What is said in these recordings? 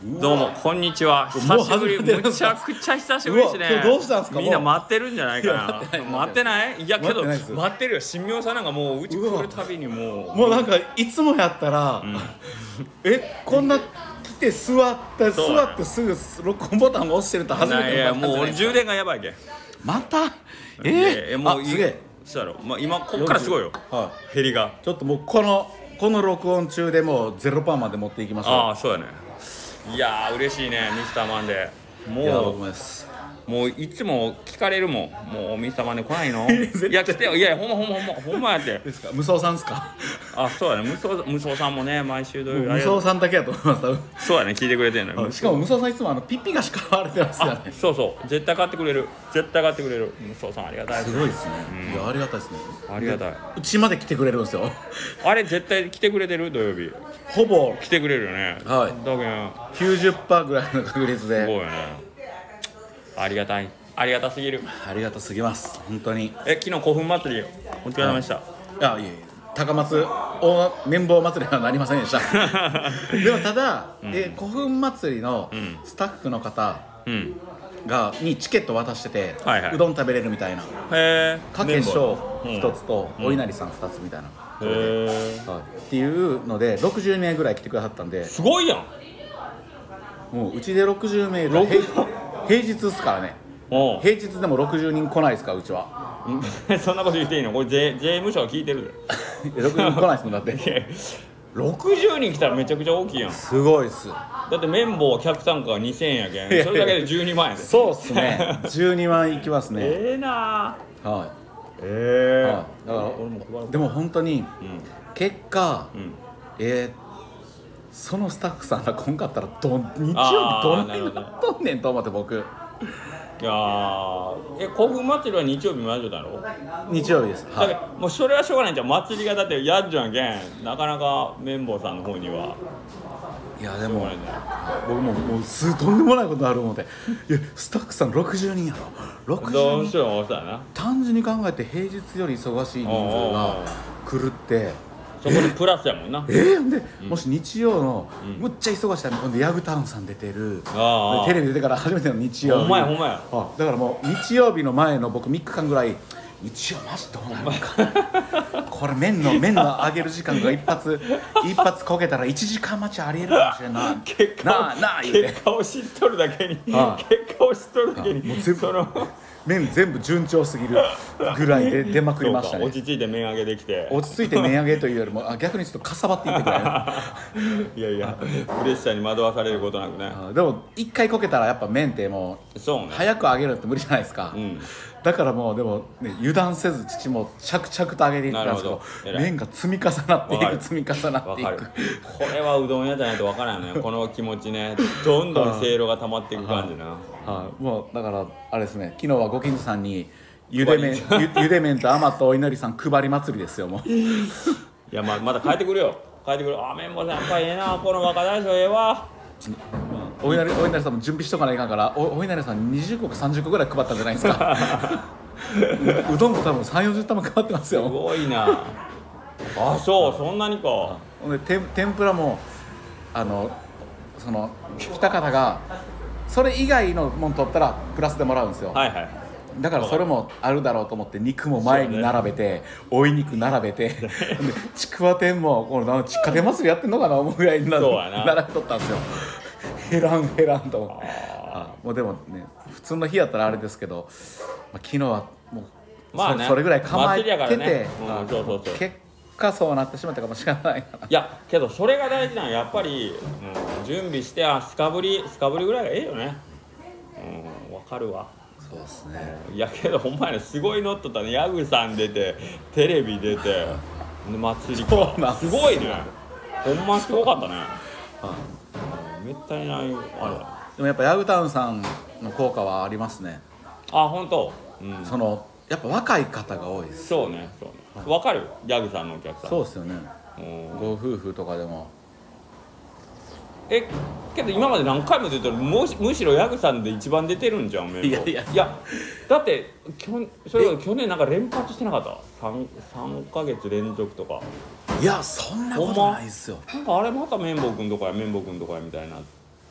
どうもこんにちは。久しぶり、むちゃくちゃ久しぶりですね。 今日どうしたんですか。 みんな待ってるんじゃないかな。待ってない。いやけど待ってるよ。神妙さんなんかもううち来るたびにもうなんかいつもやったら、こんな来て座ってすぐ録音ボタンを押してると初めて。 いやもう俺充電がやばいけん。 またもうすげえ。 そうやろ。まあ今こっからすごいよ。減りが。 ちょっともうこの録音中でもう0%まで持っていきましょう。 ああそうやね。いやー嬉しいね、ミスターマンデー。もういつも聞かれるもん。もうミスターマンデー来ないの？いや来てよ。いやほんまやって。 ですか。無双さんですか。 あ、そうやね。無双さんもね毎週土曜日。 無双さんだけやと思います。 そうやね、聞いてくれてんの。 しかも無双さんいつもピッピがしかわれてますよね。 そう絶対買ってくれる。無双さんありがたいです。 すごいですね。いやありがたいですね。 ありがたい。 うちまで来てくれるんですよ。 あれ絶対来てくれてる。土曜日ほぼ来てくれるよね。 はい。 だけど 90% ぐらいの確率で。 すごいよね。ありがたい。ありがたすぎる。 ありがたすぎます本当に。 昨日古墳祭りお疲れ様でした。 いや高松綿棒祭りはなりませんでしたでもただ、古墳祭りのスタッフの方にチケット渡してて、うどん食べれるみたいな。かけしょう1つとお稲荷さん2つみたいな、っていうので60名ぐらい来てくださったんで。 すごいやん。 もううちで60名が平日ですからね。平日でも60人来ないですかうちは。 そんなこと言っていいの？これ税務署が聞いてるで。 60人来ないですもんだって 60人来たらめちゃくちゃ大きいやん。 すごいっす。 だって綿棒客単価が2000円やけん、それだけで12万円で。 そうっすね12万いきますね。 なだからでも本当に結果、そのスタッフさんが来んかったら日曜日どないなっとんねんと思って僕。 いや古墳祭りは日曜日もやるだろ。 日曜日です。 だけどもうそれはしょうがないじゃん。祭りがだってやるじゃんけん、なかなか綿棒さんの方には。 いやでも僕もとんでもないことある思って。いやスタッフさん60人やろ。60人どうしよう。そうやな。 単純に考えて平日より忙しい人数が来るってそこでプラスやもんな。 でもし日曜のむっちゃ忙しいほんでヤグタウンさん出てるテレビ出てから初めての日曜日。 ほんまや。 だからもう日曜日の前の僕3日間ぐらい日曜マジどうなるのかこれ麺の揚げる時間が一発こけたら1時間待ちありえるかもしれんな。 結果を知っとるだけにもう麺全部順調すぎるぐらいで出まくりましたね。 落ち着いて麺揚げできて。 落ち着いて麺揚げというよりも逆にちょっとかさばっていってくらいいやプレッシャーに惑わされることなくね。 でも一回こけたらやっぱ麺ってもう早く揚げるって無理じゃないですか。だからもうでも、油断せず父も着々と揚げていったんですけど、麺が積み重なっていく。 これはうどん屋じゃないと分からんよねこの気持ちね。どんどんせいろが溜まっていく感じな。 もうだからあれですね、昨日はご近所さんにゆで麺と甘とお稲荷さん配り祭りですよもう。 いやまだ帰ってくるよ。綿棒さんやっぱりええな、この若大将ええわ。 お稲荷さんも準備しとかないかんから、お稲荷さん20個か30個ぐらい配ったんじゃないですかうどんも多分3、40玉配ってますよ。 すごいなあ。そんなにか。 ほんで天ぷらもその来た方がそれ以外のもん取ったらプラスでもらうんですよ。だからそれもあるだろうと思って肉も前に並べて、追い肉並べてちくわ天もちくわ天祭りやってんのかな思うぐらいに並べとったんですよ。ヘランと思って。もうでもね普通の日やったらあれですけど、昨日はもうそれぐらい構えてて、結果そうなってしまったかもしれないから。 いやけどそれが大事なのやっぱり、準備してスカブリぐらいがええよね。わかるわ。 そうですね。 いやけどほんまにすごい乗っとったね。ヤグさん出てテレビ出て祭りかすごいね。ほんますごかったね。めったにないあれ。 でもやっぱヤグタウンさんの効果はありますね。 本当。 やっぱ若い方が多いです。 そうね。わかるヤグさんのお客さん。 そうですよね。ご夫婦とかでも。 けど今まで何回も出てる。むしろヤグさんで一番出てるんじゃん。 いやだってそれが去年なんか連発してなかった。3ヶ月連続とか。 いやそんなことないっすよ。 なんかあれまた綿棒くんとかやみたいな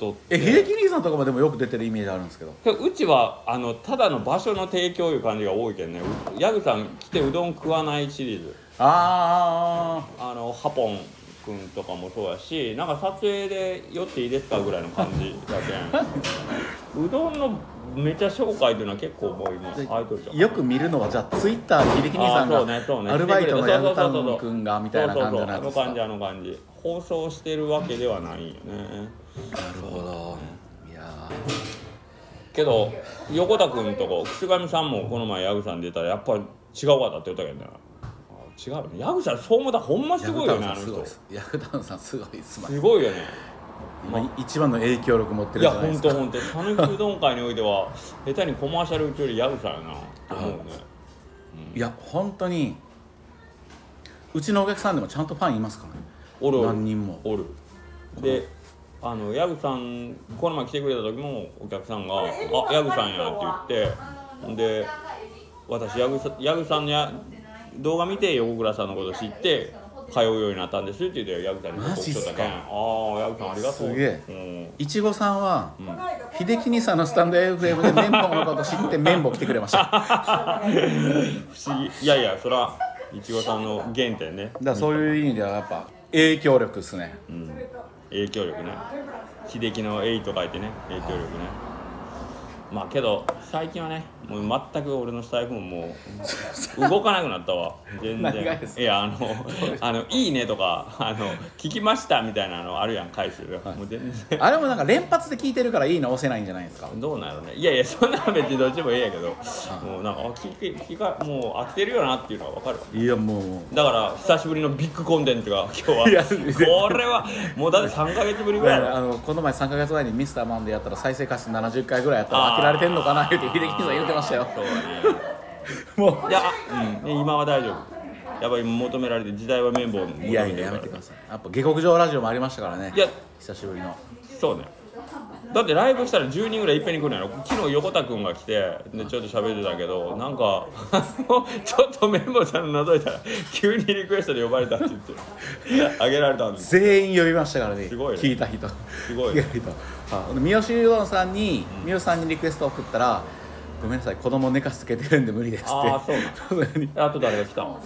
とって、 秀樹兄さんとかもでもよく出てるイメージあるんですけど、 うちはただの場所の提供いう感じが多いけどね。ヤグさん来てうどん食わないシリーズ、ハポン君とかもそうやし、なんか撮影で寄っていいですかぐらいの感じだけんうどんのめちゃ紹介というのは結構もう今アイドルじゃん。 よく見るのはじゃあツイッターで秀樹兄さんがアルバイトのヤグタウン君がみたいな感じのやつですか。 あの感じ放送してるわけではないよね。 なるほど。いやけど横田君とか楠上さんもこの前ヤグさん出たらやっぱり違うわだって言ったけどね。違うね。ヤグさんそう思ったらほんますごいよね。あの人ヤグタウンさんすごいですすごいよね。 一番の影響力持ってるじゃないですか。 いやほんと讃岐うどん界においては下手にコマーシャルうちよりヤグさんやなと思うね。 いや本当にうちのお客さんでもちゃんとファンいますからね。 おる何人もおる。でヤグさんこの前来てくれた時もお客さんが「あヤグさんや」って言って、で私ヤグさんの動画見て横倉さんのこと知って通うようになったんですって言ってヤグさんにマジっすか。 ああヤグさんありがとう。 すげえ。いちごさんは、秀樹兄さんのスタンド FM で綿棒のこと知って綿棒来てくれました。 不思議。いやそらいちごさんの原点ね。 だからそういう意味ではやっぱ影響力ですね。 影響力ね。秀樹の「と書いてね影響力ね。まあけど最近はねもう全く俺のスタイフもう動かなくなったわ。全然。いやいいねとか聞きましたみたいなのあるやん回数が、もう全然あれもなんか連発で聞いてるからいいの押せないんじゃないですか。 どうなのね。いやそんなの別にどっちもいいやけど、もうなんかもう飽きてるよなっていうのは分かるわ。 いやもうだから久しぶりのビッグコンテンツが今日はこれはもうだって3ヶ月ぶりぐらいこの前3ヶ月前にミスターマンでやったら再生回数70回ぐらいやったら飽きられてんのかなって秀樹さん言ってましたよ。 そうだね。もういや、今は大丈夫。やっぱり求められて時代は綿棒を求めてるから。 いややめてください。やっぱ下克上ラジオもありましたからね。 いや久しぶりの。 そうね。だってライブしたら10人ぐらいいっぺんに来るんやろ。昨日横田君が来てでちょっと喋ってたけど、なんかちょっと綿棒さんの覗いたら急にリクエストで呼ばれたって言ってあげられたんです。 全員呼びましたからね。 すごいね。 聞いた人。 すごいね。 三好うどんさんに三好さんにリクエストを送ったら、ごめんなさい子供寝かしつけてるんで無理ですって。 ああそうなの。あと誰が来たの？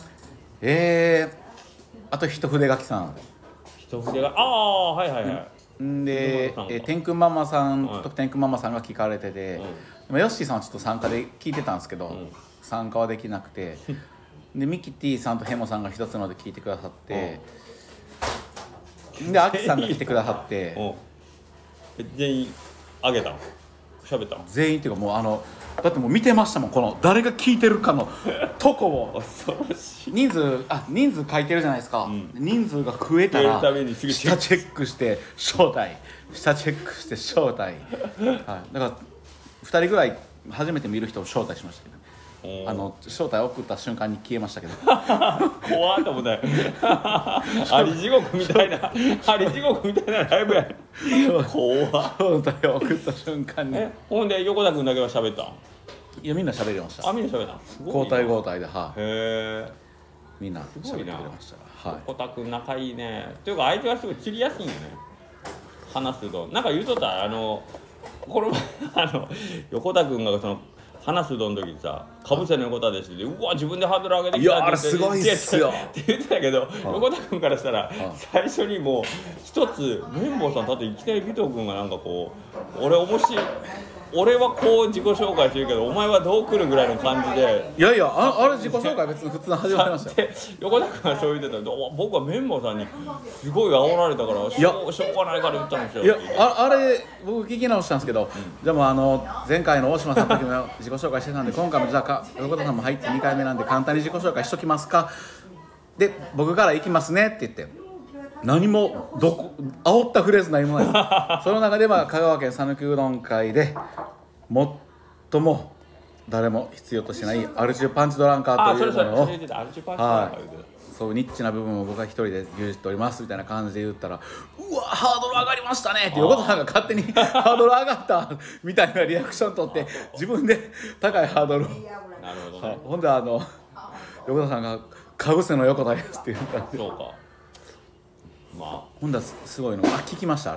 あと一筆書きさん。 一筆がはいで天空ママさんと天空ママさんが聞かれてて、ヨッシーさんはちょっと参加で聞いてたんですけど、参加はできなくてでミキティさんとヘモさんが一つので聞いてくださって、でアキさんが来てくださって全員あげたの？喋ったの？ 全員っていうかもうだってもう見てましたもん、この誰が聞いてるかのとこを人数書いてるじゃないですか、人数が増えたら下チェックして招待下チェックして招待、はい、だから2人ぐらい初めて見る人を招待しましたけど、招待送った瞬間に消えましたけど怖っと思ったよあり地獄みたいなライブや怖っ。 招待を送った瞬間にほんで横田君だけは喋ったん？ いやみんな喋りました。 みんな喋った。 交代交代でへえみんな喋ってくれました。 横田君仲いいね。というか相手はすごい切りやすいんよね、話すと。なんか言うとったこの前横田君が話すうどんの時にさ「かぶせの横田です」って「うわ自分でハードル上げてきた」っていやあれすごいっすよって言ってたけど、横田君からしたら最初にもう一つ綿棒さんだっていきなり尾藤君がなんかこう俺はこう自己紹介するけどお前はどう来るぐらいの感じで、 いやあれ自己紹介別に普通に始まりましたよ。 横田君がそう言ってたら僕は綿棒さんにすごい煽られたからしょうがないから言ったんですよ。 いやあれ僕聞き直したんですけど、じゃあもう前回の大島さんの時も自己紹介してたんで今回もじゃあ横田さんも入って2回目なんで簡単に自己紹介しときますかで僕から行きますねって言って、何も煽ったフレーズ何もないその中では香川県讃岐うどん会で最も誰も必要としないアルチューパンチドランカーというものをそうニッチな部分を僕は一人で牛耳っておりますみたいな感じで言ったら、うわハードル上がりましたねって横田さんが勝手にハードル上がったみたいなリアクション取って自分で高いハードルをなるほどね。 ほんで横田さんがかぶせの横田ですって言ったんで、 そうか。まあほんだすごいの聞きましたあれ。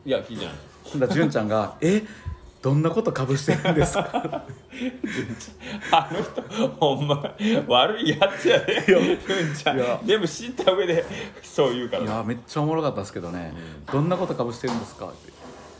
いや聞いてない。 ほんだら純ちゃんがどんなことかぶしてるんですかあの人ほんま悪いやつやで、純ちゃん。でも知った上でそう言うから。 いやめっちゃおもろかったですけどね、どんなことかぶしてるんですかって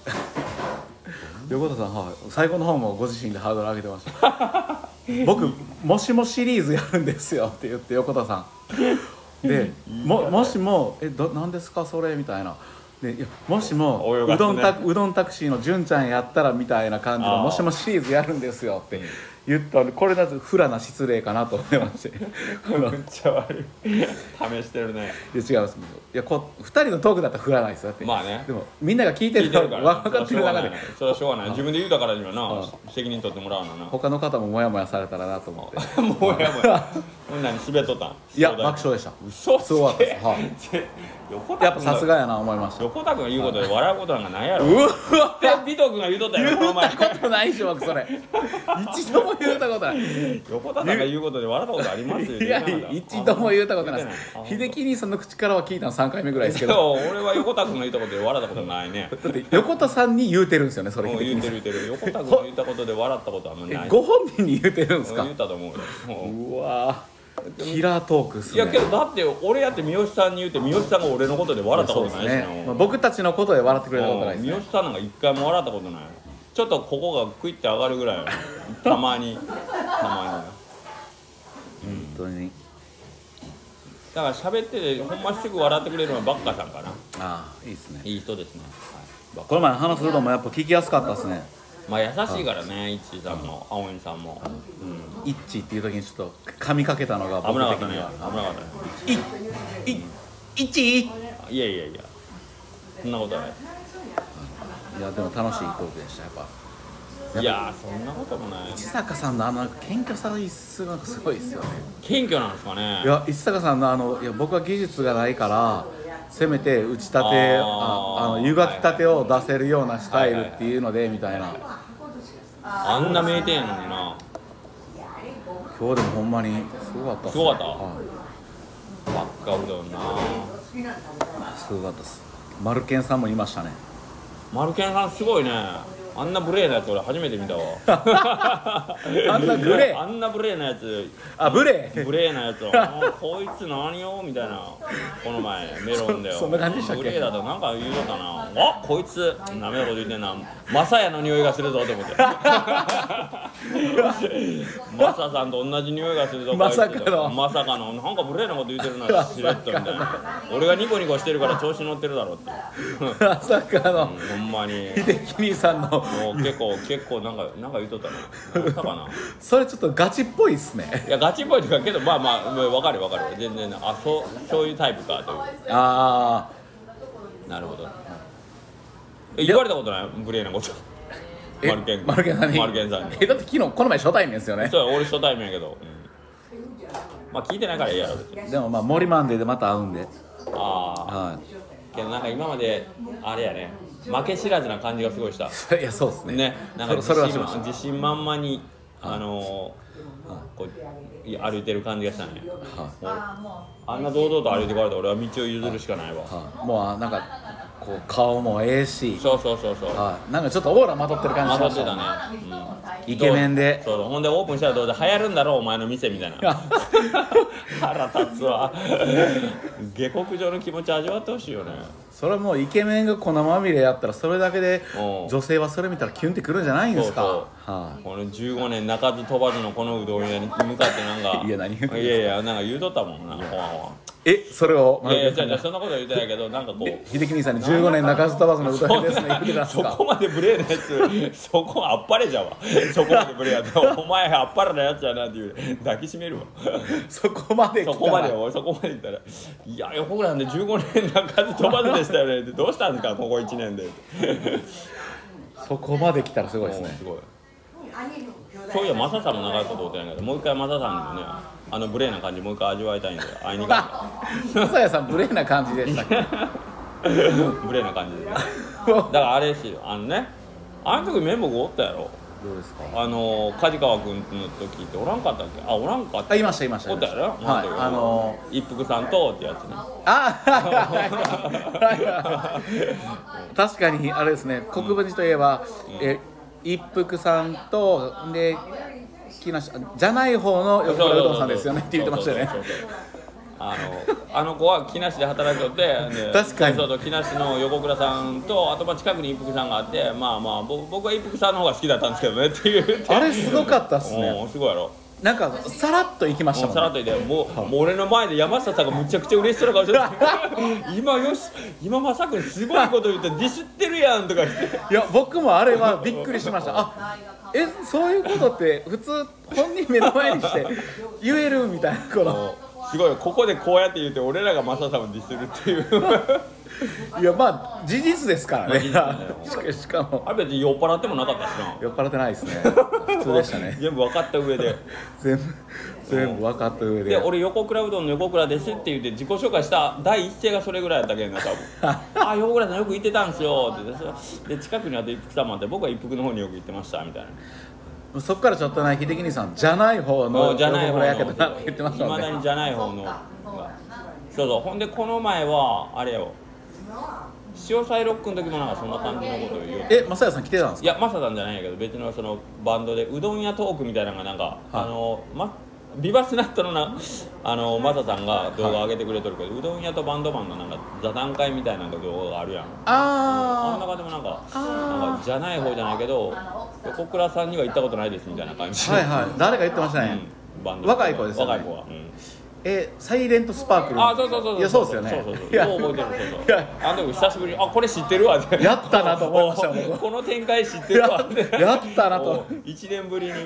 横田さん、はい、最後の方もご自身でハードル上げてました僕もしもシリーズやるんですよって言って横田さんでもしも何ですかそれみたいなで、いやもしもうどんタクシーの純ちゃんやったらみたいな感じのもしもシリーズやるんですよって言ったら、これだとフラな失礼かなと思いましてめっちゃ悪い試してるね。 いや違います。いや2人のトークだったらフラないですよって。 まあね。 でもみんなが聞いてるから分かってる中でそれはしょうがない。自分で言うたからにはな責任取ってもらうのな。 他の方もモヤモヤされたらなと思ってもやもやこんなに滑っとったん。 いや爆笑でした。 嘘つけ。 そうです、はい、やっぱさすがやな思いました。 横田君が言うことで笑うことなんかないやろ。 うわビト君が言うとったやろ。 言ったことないし僕それ一度も言ったことない。 横田さんが言うことで笑ったことありますよ。 いや一度も言ったことないです。秀樹兄さんの口からは聞いたの3回目ぐらいですけど俺は横田君が言ったことで笑ったことないね。 だって横田さんに言うてるんですよね。それ言うてる横田君が言ったことで笑ったことはもうない。 ご本人に言うてるんですか。 言ったと思うよ。 うわキラートークっすね。 いやけどだって俺やって三好さんに言うて三好さんが俺のことで笑ったことないしな、 ね、僕たちのことで笑ってくれたことないですね。 三好さんなんか一回も笑ったことない。ちょっとここがクイッて上がるぐらいたまに本当にだから喋っててほんますぐ笑ってくれるのはバッカさんかな。 ああいいですね。 いい人ですね、 はい、この前話するのもやっぱ聞きやすかったですね。 まあ優しいからね、イッチーさんも青井さんも、 イッチーっていう時にちょっと噛みかけたのが僕的には危なかったね。 イッチーいやそんなことない。 いやでも楽しいトークでしたやっぱ。 いやそんなこともない。 市坂さんの謙虚さがすごいですよね。 謙虚なんですかね。 いや市坂さんのいや僕は技術がないからせめて打ちたて湯がきたてを出せるようなスタイルっていうのでみたいな。 あんな名店やのにな。 今日でもほんまにすごかったっす。 すごかった、 はい、 バッカうどんなすごかったっす。マルケンさんもいましたね。 マルケンさんすごいね。あんな無礼なやつ俺初めて見たわあんな無礼あんな無礼なやつ。 無礼なやつをこいつ何よみたいな。この前メロンでそんな感じでしたっけ。 無礼だとなんか言うのかな。あこいつなめなこと言ってんな。マサヤの匂いがするぞって思ってマサさんと同じ匂いがするぞ。 まさかのなんか無礼なこと言ってるなしれっとみたいな。俺がニコニコしてるから調子乗ってるだろってまさかの、 ほんまに秀樹兄さんのもう結構なんか言うとったな。あったかなそれちょっとガチっぽいっすね。 いやガチっぽいとかけどまあ分かる全然そういうタイプかという。 ああなるほど。言われたことない無礼なことマルケンさんに。だって昨日この前初対面ですよね。 そう俺初対面やけど、まあ聞いてないからいいやろ別に。 でもまあ森マンデーでまた会うんで。 けどなんか今まであれやね負け知らずな感じがすごいした。 いやそうですね。 なんかそれはしました。 自信満々にこう歩いてる感じがしたね。あんな堂々と歩いてこられたら俺は道を譲るしかないわ。 もうなんかこう顔もええし。 そう。 なんかちょっっとオーラまとってる感じしましたね。イケメンで。 そうほんでオープンしたらどうで流行るんだろうお前の店みたいな。腹立つわ。下克上の気持ち味わってほしいよね。 それはもうイケメンが粉まみれやったらそれだけで女性はそれ見たらキュンってくるんじゃないんですか。 この15年鳴かず飛ばずのこのうどん屋に向かってなんかいや何言うてんいやなんか言うとったもんな。 それをいやそんなことは言ってないけどなんかこう秀樹兄さんに15年鳴かず飛ばずのうどん屋ですね言ってたんですか。 そこまで無礼なやつそこあっぱれじゃわ。そこまで無礼やったお前あっぱれなやつやなっていう抱きしめるわ。 そこまで来たら俺そこまで言ったらいや横なんで15年鳴かず飛ばずでしたよねってどうしたんですかここ1年で。 そこまで来たらすごいですね。 すごい。そういやマサさんも長いことおってないけどもう一回マサさんにもね無礼な感じもう一回味わいたいんで会いに行かない。マサヤさん無礼な感じでしたっけ。 無礼な感じでね。だからあれしあの時メンボがおったやろ。 どうですか？ 梶川君の時っておらんかったっけ？あ、おらんかった。 いましたおったやろ？ はい、 一服さんとってやつね。 確かにあれですね、国分寺といえば、一服さんとで木梨じゃない方の横倉うどんさんですよねって言ってましたよね。 あの子は木梨で働きよって、 確かにそう木梨の横倉さんと、あと近くに一服さんがあって、まあ僕は一服さんの方が好きだったんですけどねっていうあれすごかったっすね。 すごいやろ。 なんかさらっと行きましたもんね。 さらっといて、もう俺の前で山下さんがむちゃくちゃ嬉しそうな顔して今まさくんすごいこと言ってディスってるやんとか言って、 いや僕もあれはびっくりしました。そういうことって普通本人目の前にして言えるみたいなすごい、ここでこうやって言って俺らがマサさんをディスるっていういやまあ事実ですからね。しかもあれ別に酔っ払ってもなかったしな。 酔っ払ってないですね。普通でしたね。 全部分かった上で全部分かった上で。 で俺横倉うどんの横倉ですって言って自己紹介した第一声がそれぐらいやったけどな多分横倉さんよく行ってたんですよってで近くにあと一服さんもあって、僕は一服の方によく行ってましたみたいな。 そっからちょっとね、秀樹兄さんじゃない方の横倉やけどなって言ってましたもんね。 いまだにじゃない方のそうほんでこの前はあれよ、潮サイロックの時もなんかそんな感じのことを言う。 マサヤさん来てたんですか？ いやマサさんじゃないんやけど、別のそのバンドでうどん屋トークみたいなのがなんか、ビバスナットのマサさんが動画上げてくれとるけど、うどん屋とバンドマンのなんか座談会みたいな動画があるやん。あん中でもなんかじゃない方じゃないけど、横倉さんには行ったことないですみたいな感じ。 はいはい、誰か言ってましたね。 バンド若い子ですよね。 若い子は。 サイレントスパークル。 そう。 いやそうですよね。 そう。覚えてる。そう。あの時久しぶりにこれ知ってるわって。 やったなと思いましたもん。 この展開知ってるわって。 やったなと。 1年ぶりに。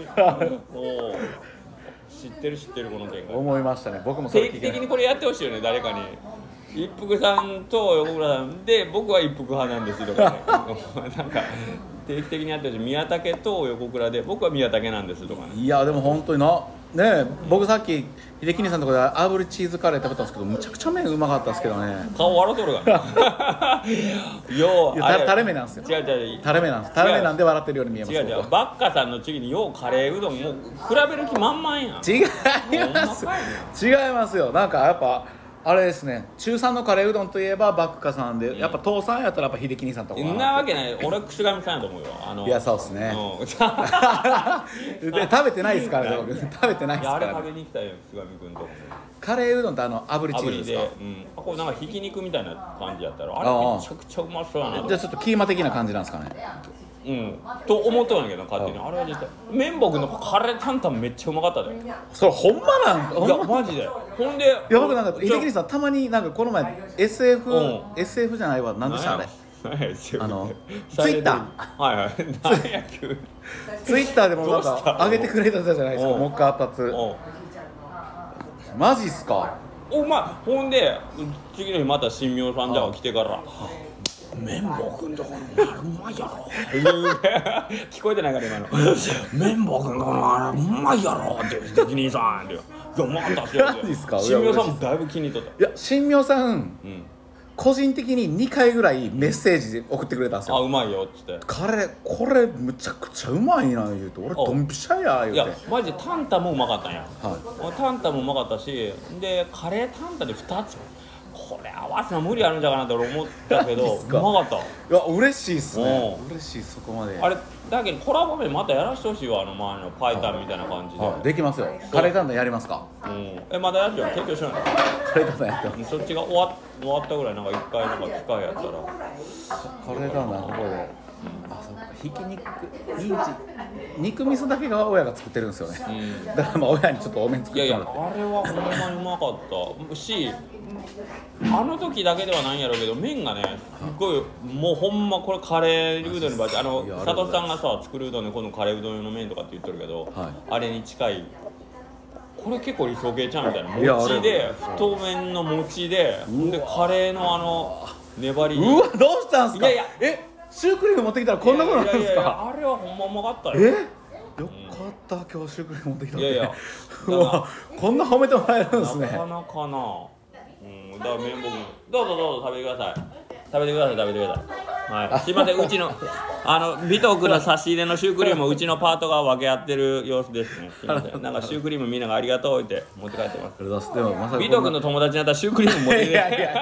知ってるこの展開。 思いましたね。僕もそれ定期的にこれやってほしいよね、誰かに。一服さんと横倉さんで、僕は一服派なんですとかね。なんか定期的にやってほしい。宮武と横倉で、僕は宮武なんですとかね。 いやでも本当に僕さっき秀樹兄さんのところで炙りチーズカレー食べたんですけど、むちゃくちゃ麺うまかったですけどね。 顔笑うとるがタレ目なんですよ。 違うタレ目なんです。タレ目なんで笑ってるように見えます。 違うバッカさんの次にカレーうどんもう比べる気満々やん。 違いますよ。なんかやっぱあれですね、中3のカレーうどんといえばバッカさんで、やっぱ父さんやったらやっぱ秀樹兄さんとか。 んなわけない。俺串上さんやと思うよ。 いやそうですね。で食べてないですからね。食べてないですからね。 あれ食べに行きたいよ、串上君と。 カレーうどんって炙りチーズですか？ これなんかひき肉みたいな感じやったら、あれめちゃくちゃうまそうやな。 じゃあちょっとキーマ的な感じなんですかね。 と思ったんやけど勝手に。あれは実際綿棒君のカレー担々めっちゃうまかったで。 それほんまなん？ いやマジで。ほんでいや僕なんか秀樹さんたまになんかこの前 SF じゃないわ、何でしたあれ。ツイッター。 はい。 ツイッターでもなんか上げてくれたじゃないですか、もう一回熱々。マジっすか？ ほんで次の日また新明さんじゃ来てから綿棒くんとこのあれうまいやろ聞こえてないから今の綿棒くんとこのあれうまいやろって秀樹兄さんって。いやうまかったっすよって。 マジっすか？ 新明さんもだいぶ気に入っとった。 いや新明さん、個人的に2回ぐらいメッセージ送ってくれたんですよ。 うまいよっつって。 これむちゃくちゃうまいな言うて、俺ドンピシャや言うて。 いやマジでタンタもうまかったんや。タンタもうまかったし、でカレータンタで2つこれ合わせの無理あるんじゃないかなと思ったけどうまかった。 いや嬉しいっすね。嬉しい。そこまであれだけどコラボ麺またやらしてほしいわ。前のパイタンみたいな感じで。 できますよ。カレータンタンやりますか？ まだやってよ。提供しないの？ カレータンタンやってます。 そっちが終わったぐらいなんか1回なんか機会やったらカレータンタンここでそっか、ひき肉ミンチ肉味噌だけが親が作ってるんですよね。だから親にちょっと多めに作ってもらって。 いやあれはほんまにうまかったし、あの時だけではないんやろうけど麺がねすっごいもうほんまこれカレーうどんの場合佐藤さんがさ作るうどんでこのカレーうどん用の麺とかって言ってるけど、あれに近い。これ結構理想系ちゃうみたいな。餅で太麺の餅でカレーの粘り。 うわどうしたんすか？ いやシュークリーム持ってきたらこんなことなんですか？ あれはほんまうまかったよ。 よかった今日シュークリーム持ってきたって。 いやこんな褒めてもらえるんですね。 なかなかな。だから綿棒君どうぞ食べてください。 はい、すいません、うちの尾藤君の差し入れのシュークリームをうちのパートが分け合ってる様子ですね。すいません、なんかシュークリームみんながありがとうって持って帰ってます。 でもまさか尾藤君の友達になったらシュークリーム持ってきて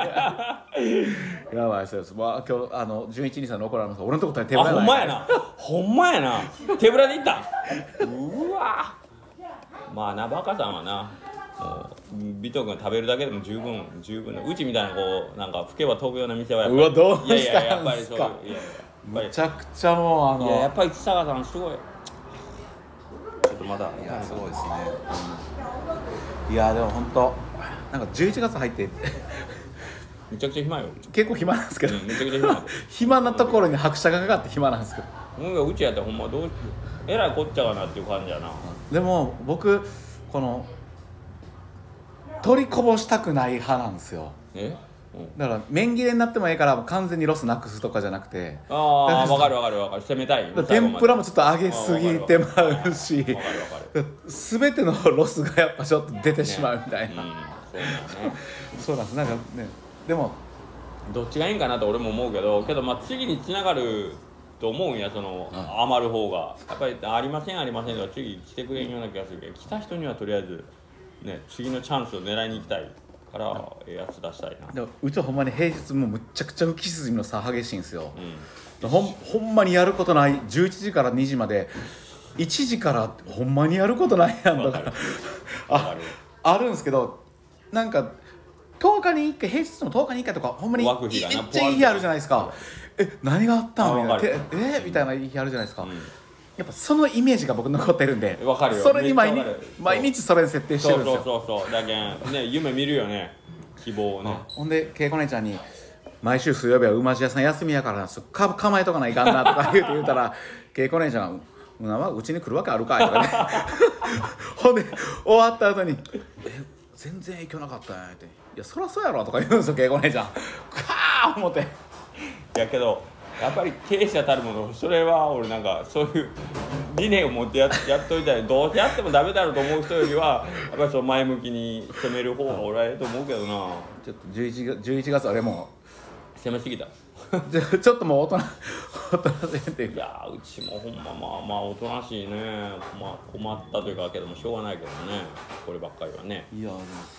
やばいです。まあ今日純一兄さんの怒られます。俺のところ手ぶらほんまやな、ほんまやな、手ぶらで行った。うわ、まあな、バカさんはな、もう尾藤君食べるだけでも十分な、うちみたいなこうなんか吹けば飛ぶような店はやっぱり、 うわどうしたんすか。 やっぱりそういう、 めちゃくちゃもうやっぱり佐賀さんすごい。ちょっとまだいやすごいですね。いやでも本当なんか11月入ってめちゃくちゃ暇よ。 結構暇なんですけど、 めちゃくちゃ暇暇なところに拍車がかかって暇なんですけど、 うちやったらほんまどうえらいこっちゃかなっていう感じやな。 でも僕この取りこぼしたくない派なんですよ。だから麺切れになってもいいから完全にロスなくすとかじゃなくて、 ああ分かる攻めたい。 天ぷらもちょっと揚げすぎてまうし、全てのロスがやっぱちょっと出てしまうみたいな、そうなんです。なんかね、でもどっちがいいんかなと俺も思うけど、まあ次に繋がると思うんや、その余る方がやっぱりありませんとか次来てくれんような気がするけど、来た人にはとりあえずね次のチャンスを狙いに行きたいからやつ出したいな。 でもうちはほんまに平日もむっちゃくちゃ浮き沈みの差激しいんですよ、ほんまにやることない11時から2時まで1時からほんまにやることないやんとかあるんですけど、なんか10日に1回、平日も10日に1回とかほんまにめっちゃいい日あるじゃないですか。何があったんみたいな、みたいな日あるじゃないですか。やっぱそのイメージが僕残ってるんで、それに毎日それに設定してるんですよ。 そうだけんね、夢見るよね、希望をね。 ほんで恵子姉ちゃんに毎週水曜日は馬路屋さん休みやから構えとかないかんなとか言うたら恵子姉ちゃんがうちに来るわけあるかいとかねほんで終わった後に全然影響なかったねって、いやそりゃそうやろとか言うんですよ恵子姉ちゃん。かー思って。 やけどやっぱり経営者たるもの、それは俺なんかそういう理念を持ってやっといたり、どうせやってもダメだろうと思う人よりはやっぱりその前向きに攻める方が俺はいいと思うけどな。 ちょっと11月あれも攻めすぎたちょっともう大人せんっていうか。 いやうちもほんままあおとなしいね、困ったというかけどもしょうがないけどね、こればっかりはね。 いやでもす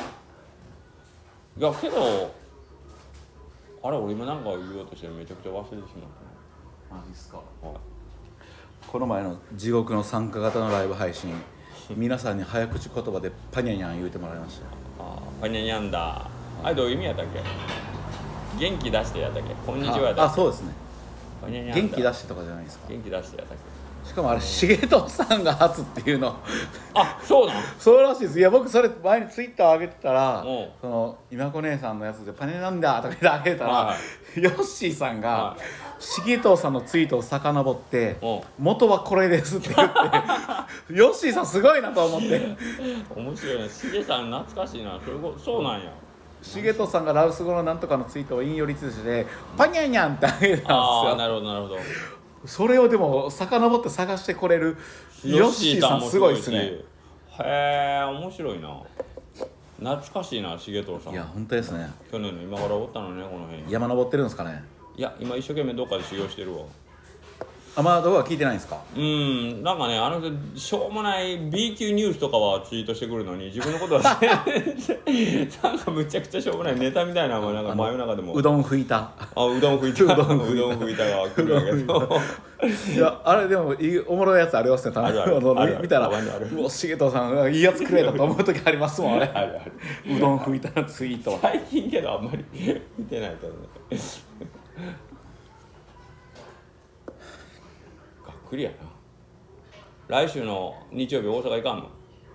ごい。いやけどあれ俺今なんか言おうとしてめちゃくちゃ忘れてしまったね。 マジっすか。 はい、 この前の地獄の参加型のライブ配信皆さんに早口言葉でパニャニャン言うてもらいました。 パニャニャンだ。あれどういう意味やったっけ。元気出してやったっけ、こんにちはやったっけ。 そうですね、 パニャニャンだ元気出してとかじゃないですか。 元気出してやったっけ。 しかもあれ重藤さんが初っていうのそうなの。 そうらしいです。いや僕それ前にツイッター上げてたら、その今子姉さんのやつでパネなんだとか言って上げたら、ヨッシーさんが重藤さんのツイートを遡って元はこれですって言ってヨッシーさんすごいなと思って面白いね。重さん懐かしいな。そうなんや。 重藤さんがラウス語のなんとかのツイートを引用リツイートしてパニャニャンって上げたんですよ。 なるほど。 それをでも遡って探してこれるヨッシーさんすごいですね。 へえ、面白いな。懐かしいな重藤さん。 いや本当ですね。 去年の今頃おったのね、この辺に。 山登ってるんですかね。 いや今一生懸命どっかで修行してるわ。 まだ動画聞いてないんですか。 なんかね、あの人しょうもない B 級ニュースとかはツイートしてくるのに自分のことはなんかむちゃくちゃしょうもないネタみたいなのがなんか真夜中でもうどん拭いたうどん拭いたが来るんやけどいやあれでもおもろいやつありますね。見たらうわ重藤さんいいやつくれたと思う時ありますもんあれ。うどん拭いたツイート最近けどあんまり見てないけどねがっくりやな。来週の日曜日大阪行かんの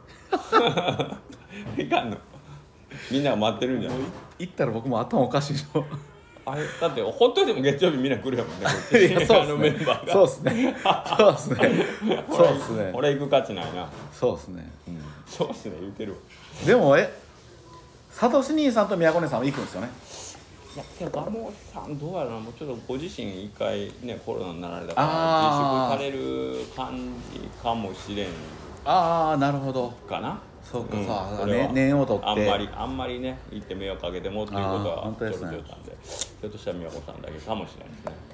行かんの。みんなが待ってるんじゃん。 行ったら僕も頭おかしいのあれだってほっといても月曜日みんな来るやもんね。 そうメンバーが。 そうっすね俺行く価値ないな。 そうっすね、 そうっすね言うてるわ。 でもサトシ兄さんと宮古姉さんは行くんですよね。 いやけどガモさんどうやろな。もうちょっとご自身一回ねコロナになられたから自粛される感じかもしれん。 なるほどかな。 そうかさ、 それは念を取ってあんまりね言って迷惑かけてもっていうことは本当ですねちょろちょろたんで、ひょっとしたら宮子さんだけかもしれないですね。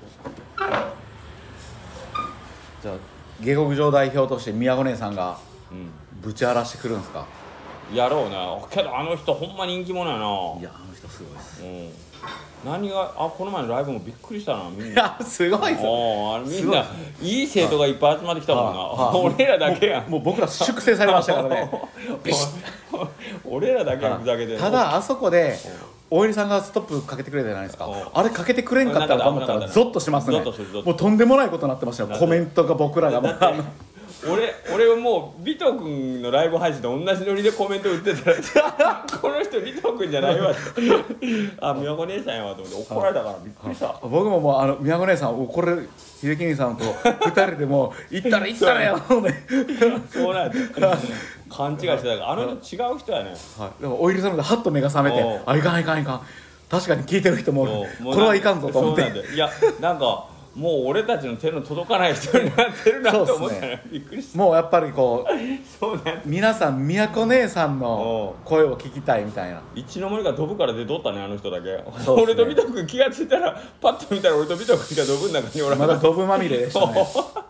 じゃあ下克上代表として宮古姉さんがぶち荒らしてくるんですか？ やろうな。けどあの人ほんま人気者やな。 いやあの人すごいです、 何がこの前のライブもびっくりしたな。みんいなやすごいですよ。 みんないい生徒がいっぱい集まってきたもんな。俺らだけやん。 もう僕ら粛清されましたからね俺らだけやんふざけてんの。 ただあそこで大入さんがストップかけてくれたじゃないですか。あれかけてくれんかったらと思ったらゾッとしますね。もうとんでもないことになってましたよ。コメントが僕らが俺はもうビト君のライブ配信と同じノリでコメント打ってたらこの人ビト君じゃないわって宮古姉さんやわと思って怒られたからびっくりした。 僕ももう宮古姉さんこれ秀樹兄さんと2人でもう行ったらよねそうなんです勘違いしてたからあの人違う人やね。 でも大入さんでハッと目が覚めていかん確かに聞いてる人もこれはいかんぞと思って。 いやなんかもう俺たちの手の届かない人になってるなと思ったら、びっくりした。 もうやっぱりこうそうね、 皆さん宮古姉さんの声を聞きたいみたいな。 いつの間にかドブから出とったねあの人だけ。俺とビト君気がついたらパッと見たら俺とビト君がドブの中におらん。 まだドブまみれでしたね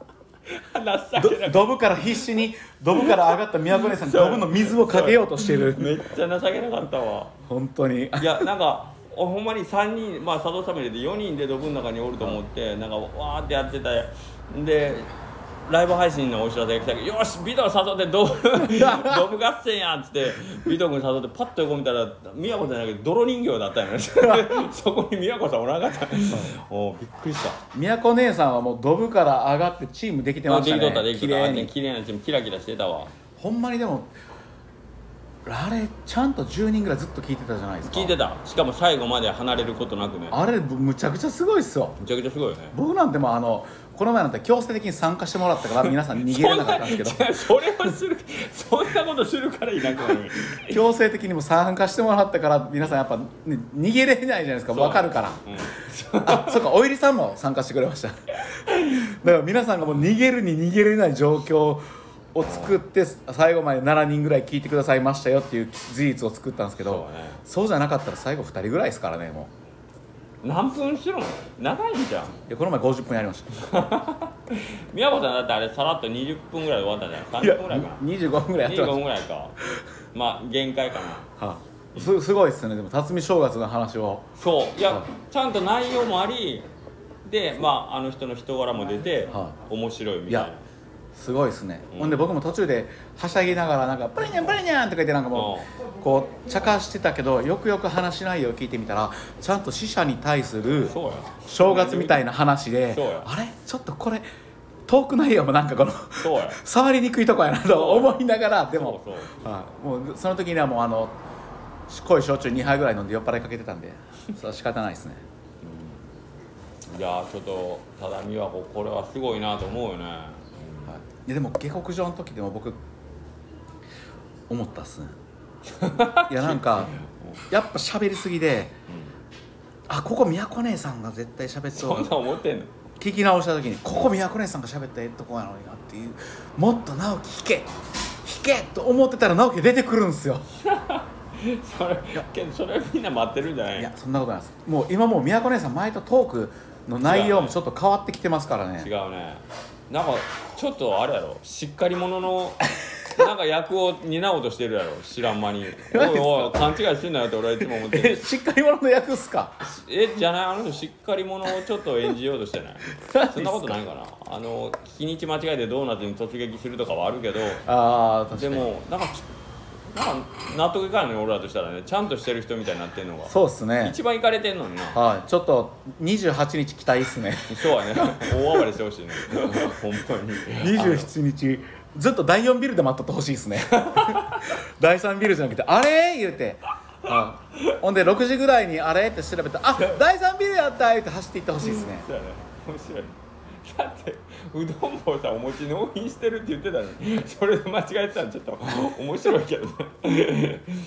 ドブから必死にドブから上がった宮古姉さんにドブの水をかけようとしてる。 めっちゃ情けなかったわ本当に。 いやなんかほんまに3人佐藤サムレで4人でドブの中におると思ってなんかわーってやってたでライブ配信のお知らせが来たけどよしビト誘ってドブ合戦やっつってビト君誘ってパッと横見たら宮子じゃなくて泥人形だったよねそこに宮子さんおらなかったびっくりした。 宮古姉さんはもうドブから上がってチームできてましたね。 できとった綺麗なチームキラキラしてたわ。 ほんまにでもあれちゃんと10人ぐらいずっと聞いてたじゃないですか。 聞いてた。しかも最後まで離れることなくね。 あれむちゃくちゃすごいっすよ。 むちゃくちゃすごいよね。 僕なんてもこの前なんて強制的に参加してもらったから皆さん逃げれなかったんですけどそれをするそんなことするからいなくなる強制的にも参加してもらったから皆さんやっぱ、ね、逃げれないじゃないですか。分かるから、そうかおいりさんも参加してくれましただから皆さんがもう逃げるに逃げれない状況を作って最後まで7人ぐらい聞いてくださいましたよっていう事実を作ったんですけど、そうじゃなかったら最後2人ぐらいですからね。もう何分するの長いんじゃん。いやこの前50分やりました宮本さんだってあれさらっと20分ぐらいで終わったじゃない。30分ぐらいかな。 25分ぐらいやってました。 25分ぐらいかまあ限界かな、 すごいっすね。でも辰巳正月の話をそういや、ちゃんと内容もありであの人の人柄も出て、面白いみたいな。 すごいですね、ほんで僕も途中ではしゃぎながらなんかプリニャンプリニャンとか言ってなんかもうこう茶化してたけどよくよく話し内容を聞いてみたらちゃんと死者に対する正月みたいな話であれちょっとこれトーク内容もなんかこの触りにくいとこやなと思いながらでももうその時にはもう濃い焼酎2杯ぐらい飲んで酔っ払いかけてたんでそれは仕方ないですねいやちょっとただ美和子これはすごいなと思うよね。 でも下克上の時でも僕思ったっすねいやなんかやっぱ喋りすぎで、ここ宮古姉さんが絶対喋ってそんな思ってんの聞き直した時にここ宮古姉さんが喋ったとこやのになっていうもっと直樹弾けと思ってたら直樹出てくるんですよそれみんな待ってるんじゃない。 いやそんなことないです。もう今もう宮古姉さん前とトークの内容もちょっと変わってきてますからね。 違うね。なんかちょっとあれやろしっかり者のなんか役を担おうとしてるやろ知らん間においおい勘違いすんなよって俺はいつも思ってるしっかり者の役っすか。 じゃないあの人しっかり者をちょっと演じようとしてないそんなことないかな。日にち間違えてドーナツに突撃するとかはあるけど確かにでもなんか納得いかないの俺らとしたらねちゃんとしてる人みたいになってんのがそうっすね一番イカれてんのにな。 ちょっと28日期待っすねそうやね大暴れしてほしいね本当に 27日ずっと第4ビルで待っとってほしいですね第3ビルじゃなくてあれ言うてほんで6時ぐらいにあれって調べて第3ビルやった言って走っていってほしいですねそうやね面白い。だってうどん坊さんお餅納品してるって言ってたのにそれで間違えてたのちょっと面白いけどね確かに。い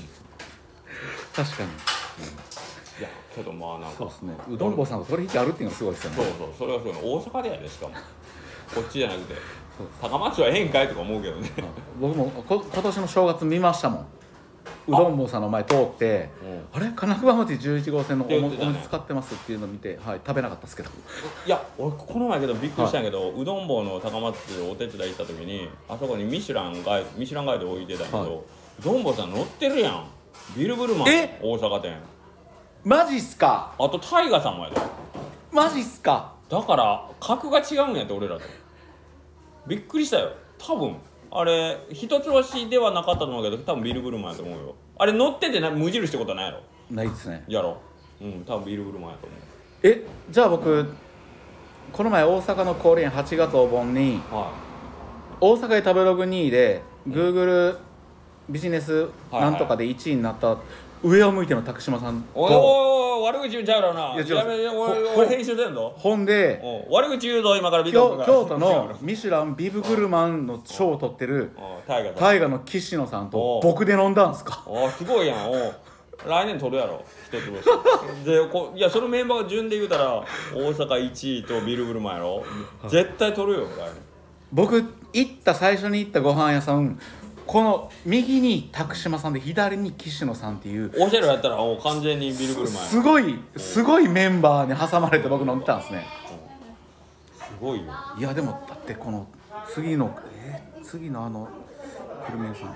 やけどなんかそうですねうどん坊さんと取引あるっていうのがすごいですよね。 そうそれはすごい大阪でやでしかもこっちじゃなくて高松はええんかいとか思うけどね。 僕も今年の正月見ましたもん。うどん坊さんの前通ってあれ金桑町11号線のお水使ってますっていうのを見て、はい、食べなかったですけど。 いや俺この前けどびっくりしたんやけど、うどん坊の高松お手伝い行った時にあそこにミシュランガイド置いてたけど、うどん坊さん乗ってるやん。ビルブルマン大阪店。 マジっすか。 あとタイガさんもやで。 マジっすか。 だから格が違うんやって俺らと。びっくりしたよ。多分あれ一つ星ではなかったと思うけど多分ビルブルマンやと思うよ。あれ乗ってて無印ってことはないやろ。 ないですね。 やろ。多分ビルブルマンやと思う。 じゃあ僕この前大阪の降臨8月お盆に、大阪で食べログ2位で Google ビジネスなんとかで1位になった上を向いての拓島さんと、 お悪口言うんちゃうろな。やめ俺編集せんの。 ほんで悪口言うぞ今から。 京都のミシュランビブグルマンの賞を取ってる大河の岸野さんと僕で飲んだんすか。 すごいやん。来年取るやろ一つ星でいやそのメンバー順で言うたら大阪1位とビルブルマンやろ。絶対取るよ来年。僕最初に行ったご飯屋さん、この右に拓島さんで左に岸野さんっていうオシェロやったら完全にビルブルマンや。 すごいメンバーに挟まれて僕飲んでたんですね。 すごいよ。いやでもだってこの次のあのくるみ屋さん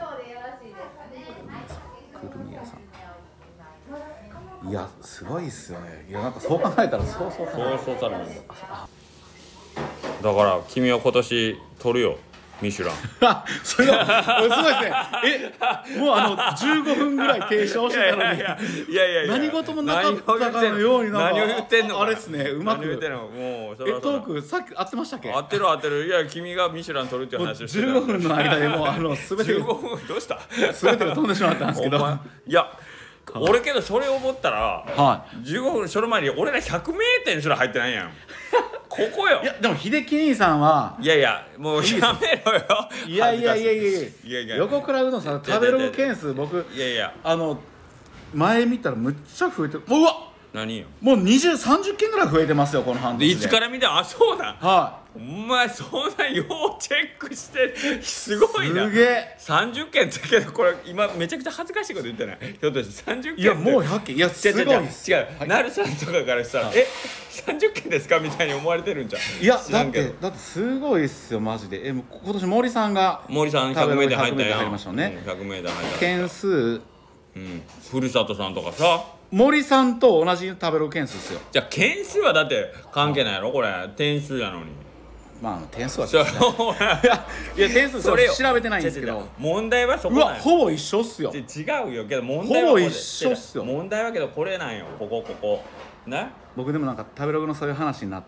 いやすごいっすよね。いやなんかそう考えたらそうさるもん。 だから君は今年取るよミシュラン。 それはすごいですね。もう15分ぐらい提唱してたのにいや何事もなかったかのように何を言ってんの。 あれですね、うまく何を言ってんの。もうトークさっき合ってましたっけ。 合ってる。いや君がミシュラン取るっていう話をしてた。 15分の間でもう全て 15分どうした全てが飛んでしまったんですけど。 いや俺けどそれを思ったら、15分その前に俺ら100名店すら入ってないやん。ここよ。 いやでも秀樹兄さんはいやもうやめろよ。 いや横倉うどんさん食べログ件数僕前見たらむっちゃ増えてる。うわ何よ。 もう20-30件ぐらい増えてますよこの半年で。 いつから見てそうだ。 はいお前そんなようチェックしてすごいな。 すげえ。 30件ってけどこれ今めちゃくちゃ恥ずかしいこと言ってない。ひょっとして30件。 いやもう100件。いやすごいっす。 違うなるさんとかからしたら30件ですかみたいに思われてるんじゃん。 いやだってすごいっすよマジで。今年森さん 100名で入ったよ。 入りましたね。 100名で入った。 件数ふるさとさんとかさ森さんと同じ食べログ件数ですよ。 じゃあ件数はだって関係ないやろこれ点数やのに。 点数はいや点数それ調べてないんですけど問題はそこなんよ。 ほぼ一緒っすよ。 違うよけど問題はほぼ一緒っすよ。 問題はけどこれなんよ。ここね。 僕でもなんか食べログのそういう話になって、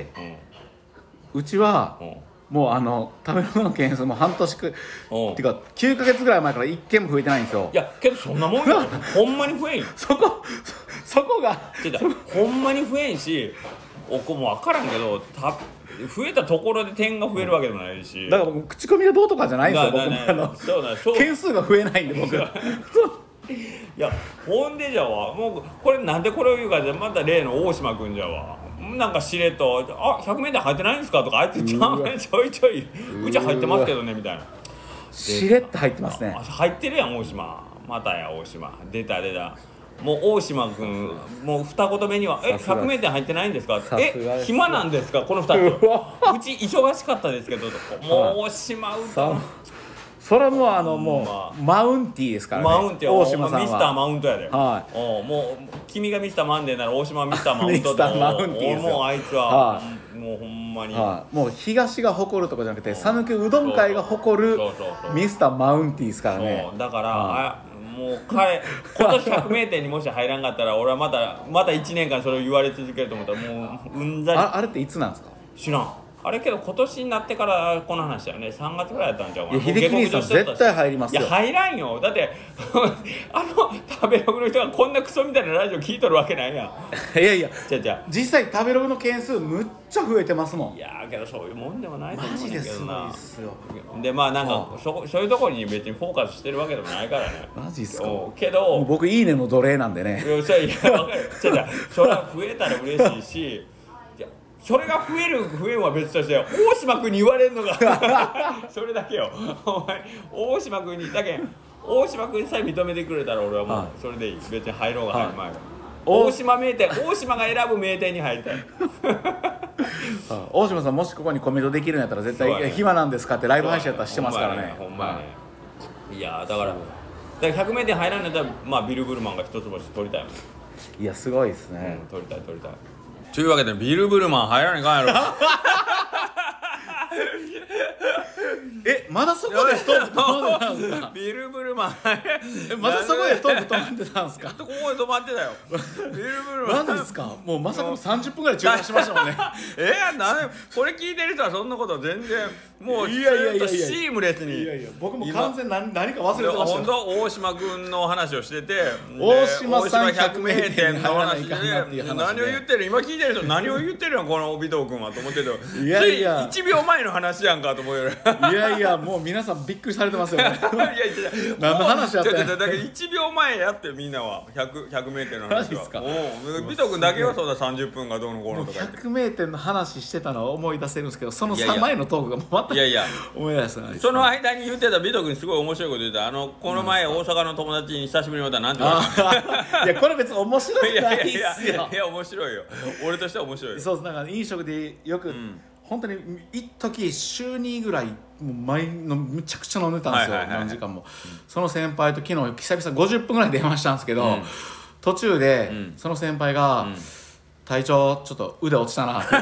うちはもう食べログの件数も半年っていうか9ヶ月ぐらい前から1件も増えてないんですよ。 いやけどそんなもんよ。ほんまに増えんよ。 そこがほんまに増えんしもう分からんけど増えたところで点が増えるわけでもないし。 だから僕口コミがどうとかじゃないんですよ。僕も件数が増えないんで僕いやほんでじゃわもうこれなんでこれを言うかでまた例の大島君じゃわなんかしれっと「100名で入ってないんですか?」とかあいつちょいちょいうち入ってますけどねみたいな。 しれっと入ってますね。 入ってるやん大島。またや大島出た。もう大島君もう二言目には「100名店入ってないんですか?」暇なんですかこの2つうち忙しかったですけど」とかもう大島うどんそれはもうもうマウンティーですからね。 マウンティーは大島さんはミスターマウントやで。もう君がミスターマンデーなら大島はミスターマウントともうあいつはもうほんまにもう東が誇るとかじゃなくて讃岐うどん会が誇るミスターマウンティーですからね。 だからもう今年100名店にもし入らんかったら俺はまた1年間それを言われ続けると思ったらもううんざり。 あれっていつなんですか。 知らん。あれけど今年になってからこの話だよね。3月ぐらいやったんちゃうかな。 秀樹兄さん絶対入りますよ。 いや入らんよ。だって食べログの人がこんなクソみたいなラジオ聞いとるわけないやん。 いや実際食べログの件数むっちゃ増えてますもん。 いやけどそういうもんでもないと思うんだけどな。 マジですごいっすよ。 でなんかそういうところに別にフォーカスしてるわけでもないからね。 マジっすか。 けど僕いいねの奴隷なんでね。 いや分かる。それは増えたら嬉しいしそれが増える増えんは別として大島君に言われるのがそれだけよ。お前大島君にだけ大島君さえ認めてくれたら俺はもうそれでいい。別に入ろうが入る前が、大島名店、大島が選ぶ名店に入りたい大島さんもしここにコメントできるんやったら絶対、ね、暇なんですかってライブ配信やったらしてますからね。 ほんまね。いやだから100名店入らんのやったら、まあ、ビル・ブルマンが一つ星取りたいもん。 いやすごいですね、 取りたいというわけでビル・ブルマン入らないかんやろまだそこでトーク止まってたんですかビル・ブルマンまだそこでトーク止まってたんですかここで止まってたよビル・ブルマン何ですか。もうまさかの30分ぐらい中断しましたもんねこれ聞いてる人はそんなこと全然もうシームレスに。 僕も完全に何か忘れてました。 本当大島君の話をしてて、 大島さん 100名店の話で何を言ってる、今聞いてる人何を言ってるのこの尾藤君はと思ってる。 いやいや 1秒前の話やんかと思うよ。 いやいやもう皆さんびっくりされてますよね。何の話やったんや。 だから1秒前やってみんなは100名店の話は。 何ですか。 尾藤君だけはそうだ30分がどうのこうのとか言って。 100名店の話してたのは思い出せるんですけど、その前のトークがもうまた思い出せない。 その間に言ってた尾藤君すごい面白いこと言ってた。この前大阪の友達に久しぶりに会ったら何て言われた。 いやこれ別に面白くないっすよ。 いや面白いよ。俺としては面白いよ。 そうです。なんか飲食でよく、本当に一時週2ぐらいもう毎のむちゃくちゃ飲んでたんですよ、何時間も。その先輩と昨日久々50分ぐらい電話したんですけど、途中でその先輩が体調ちょっと腕落ちたなって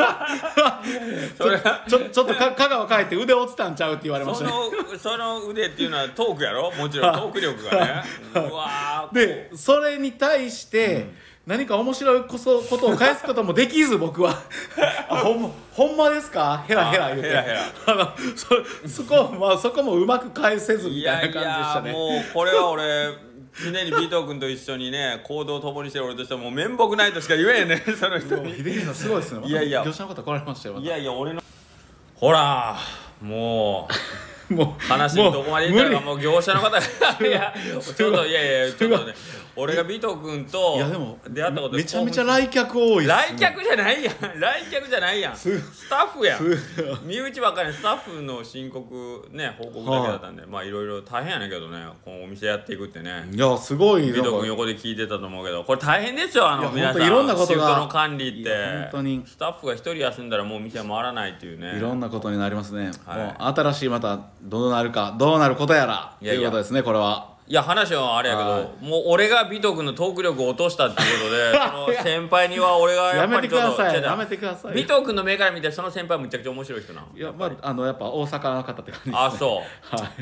ちょっと香川帰って腕落ちたんちゃうって言われましたね。 その腕っていうのはトークやろ、もちろんトーク力がねうわでそれに対して、何か面白いことを返すこともできず僕はほんまですかヘラヘラ言うてそこもうまく返せずみたいな感じでしたね。 いやもうこれは俺常に尾藤君と一緒にね行動を共にしてる俺としてはもう面目ないとしか言えんねその人に。 秀樹さんすごいですね。 いや業者の方来られましたよ。 いや俺のほらもう話のどこまでいったらもう業者の方がいやちょっとね俺が尾藤君と出会ったことめちゃめちゃ来客多いっすね。 来客じゃないやんスタッフやん身内ばっかりスタッフの申告ね報告だけだったんで、まあいろいろ大変やねんけどねこのお店やっていくってね。 いやすごい。 尾藤君横で聞いてたと思うけどこれ大変ですよ皆さん。 いろんなことがシフトの管理って本当にスタッフが一人休んだらもう店は回らないっていうね。 いろんなことになりますね、もう新しいまたどうなることやらということですね。これはいや話はあれやけどもう俺が尾藤君のトーク力を落としたっていうことでその先輩には俺がやっぱりちょっとやめてください。 尾藤君の目から見てその先輩むちゃくちゃ面白い人なの。 いやまあやっぱ大阪の方って感じですね。 あそう、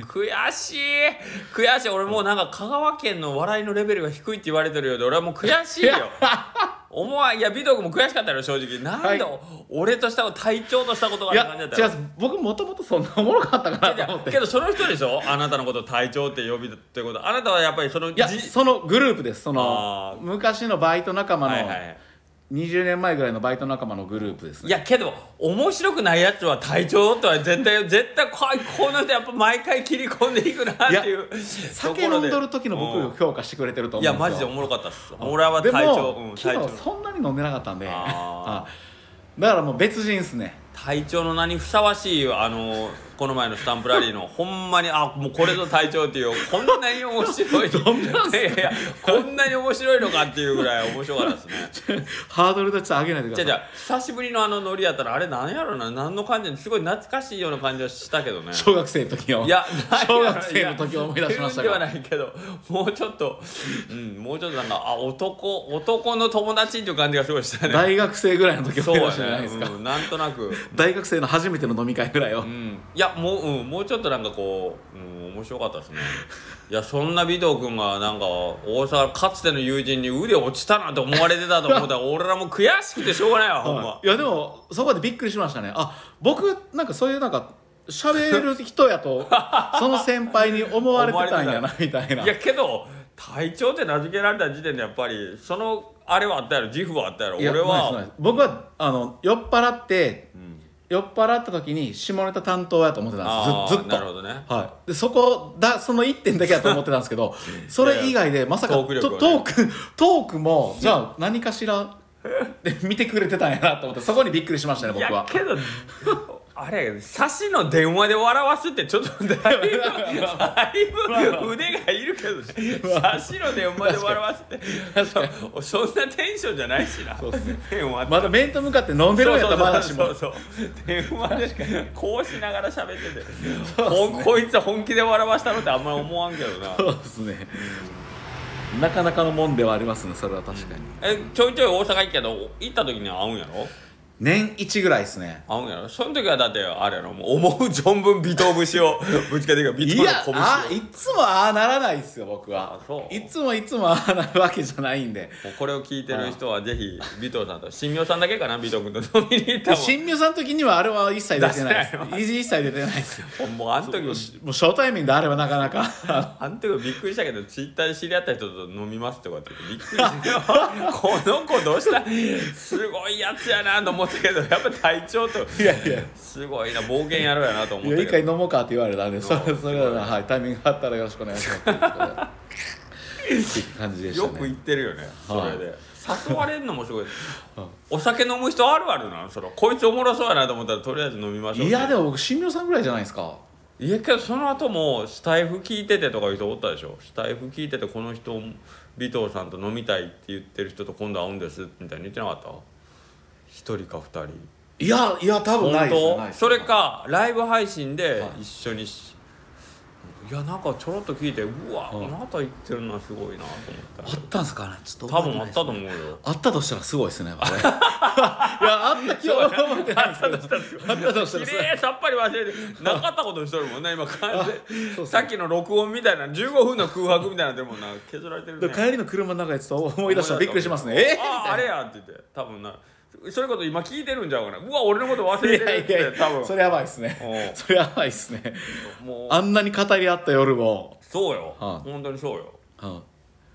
悔しい俺もうなんか香川県の笑いのレベルが低いって言われてるようで俺はもう悔しいよいや尾藤君も悔しかったよ正直。なんで、俺とした隊長としたことがある感じだったよ。いや違う僕もともとそんなおもろかったかなと思って。 けどその人でしょあなたのことを隊長って呼びってこと。あなたはやっぱりそのそのグループです。その昔のバイト仲間の、20年前ぐらいのバイト仲間のグループですね。 いやけど面白くないやつは隊長とは絶対この人やっぱ毎回切り込んでいくなっていう。 酒飲んどる時の僕を評価してくれてると思うんですよ。 いやマジでおもろかったっす。俺は隊長。 でも昨日そんなに飲んでなかったんでだからもう別人っすね。 隊長の名にふさわしいこの前のスタンプラリーのほんまにもうこれぞ隊長っていうこんなに面白いこんなに面白いのかっていうぐらい面白かったですねハードルでちょっと上げないでください。 じゃ久しぶりのノリやったらあれなんやろな何の感じですごい懐かしいような感じはしたけどね。 小学生の時をいや小学生の時を思い出しましたではないけどもうちょっとなんか男の友達っていう感じがすごいしたね。 大学生ぐらいの時を思い出したじゃないですか。 なんとなく大学生の初めての飲み会ぐらいを、 いやもうちょっとなんかこう、面白かったですねいやそんな尾藤君がなんか大阪かつての友人に腕落ちたなって思われてたと思ったら俺らも悔しくてしょうがないわほんま。 いやでもそこでびっくりしましたね。僕なんかそういうなんか喋る人やとその先輩に思われてたんやなみたいな。 いやけど隊長って名付けられた時点でやっぱりそのあれはあったやろ自負はあったやろ。俺は僕は酔っ払って酔っ払った時に下ネタ担当やと思ってたんですずっと。 なるほどね。 でその1点だけやと思ってたんですけどそれ以外でまさかトークもじゃあ何かしらで見てくれてたんやなと思ってそこにびっくりしましたね僕は。 いやけどあれ差しの電話で笑わすってちょっとだいぶ腕がいるけどね差しの電話で笑わすってそんなテンションじゃないしな。 そうですね電話まだ面と向かって飲んでるんやったらまだしもそう電話でこうしながら喋っててこいつは本気で笑わしたのってあんまり思わんけどな。 そうですね、なかなかのもんではありますねそれは確かに。 ちょいちょい大阪行くけど行った時には会うんやろ。 年1ぐらいですね。 合うんやろ。その時はだってあれやろもう思う存分微糖節をぶつけていく微糖の拳を。 いつもああならないですよ僕は。いつもああなるわけじゃないんで。 もうこれを聞いてる人はぜひ尾藤さんと新明さんだけかな尾藤君と飲みに行ったもん。 新明さんの時にはあれは一切出てないです。一切出てないですよ。 もうあの時もう初対面であればなかなかあの時びっくりしたけどツイッターで知り合った人と飲みますとかって言ってびっくりしたこの子どうしたすごいやつやなと思ったけどやっぱ体調とすごいな冒険やろうやなと思ったけど一回飲もうかって言われたんでそれははいタイミングがあったらよろしくお願いしますっていう感じでしたね。 よく言ってるよねそれで、誘われるのもすごいお酒飲む人あるあるなそのこいつおもろそうやなと思ったらとりあえず飲みましょう。 いやでも僕新明さんぐらいじゃないですか。 いやけどその後もスタイフ聞いててとかいう人おったでしょ。スタイフ聞いててこの人尾藤さんと飲みたいって言ってる人と今度会うんですみたいに言ってなかった。一人か二人。 いや多分ないですね。 それかライブ配信で一緒にいやなんかちょろっと聞いてうわまた言ってるのはすごいなと思った。 あったんすかねちょっと多分あったと思うよ。 あったとしたらすごいですねこれいやあった記憶覚えてないですけどあったとしたらきれいさっぱり忘れてなかったことにしとるもんね今完全さっきの録音みたいな15分の空白みたいなでもな削られてるね。 帰りの車の中でちょっと思い出したらびっくりしますね。 あれやって言って多分なそれこそ今聞いてるんちゃうかな。うわ俺のこと忘れてるって多分それやばいっすね。それやばいっすね。 もうあんなに語り合った夜もそうよ、本当にそうよ。 昨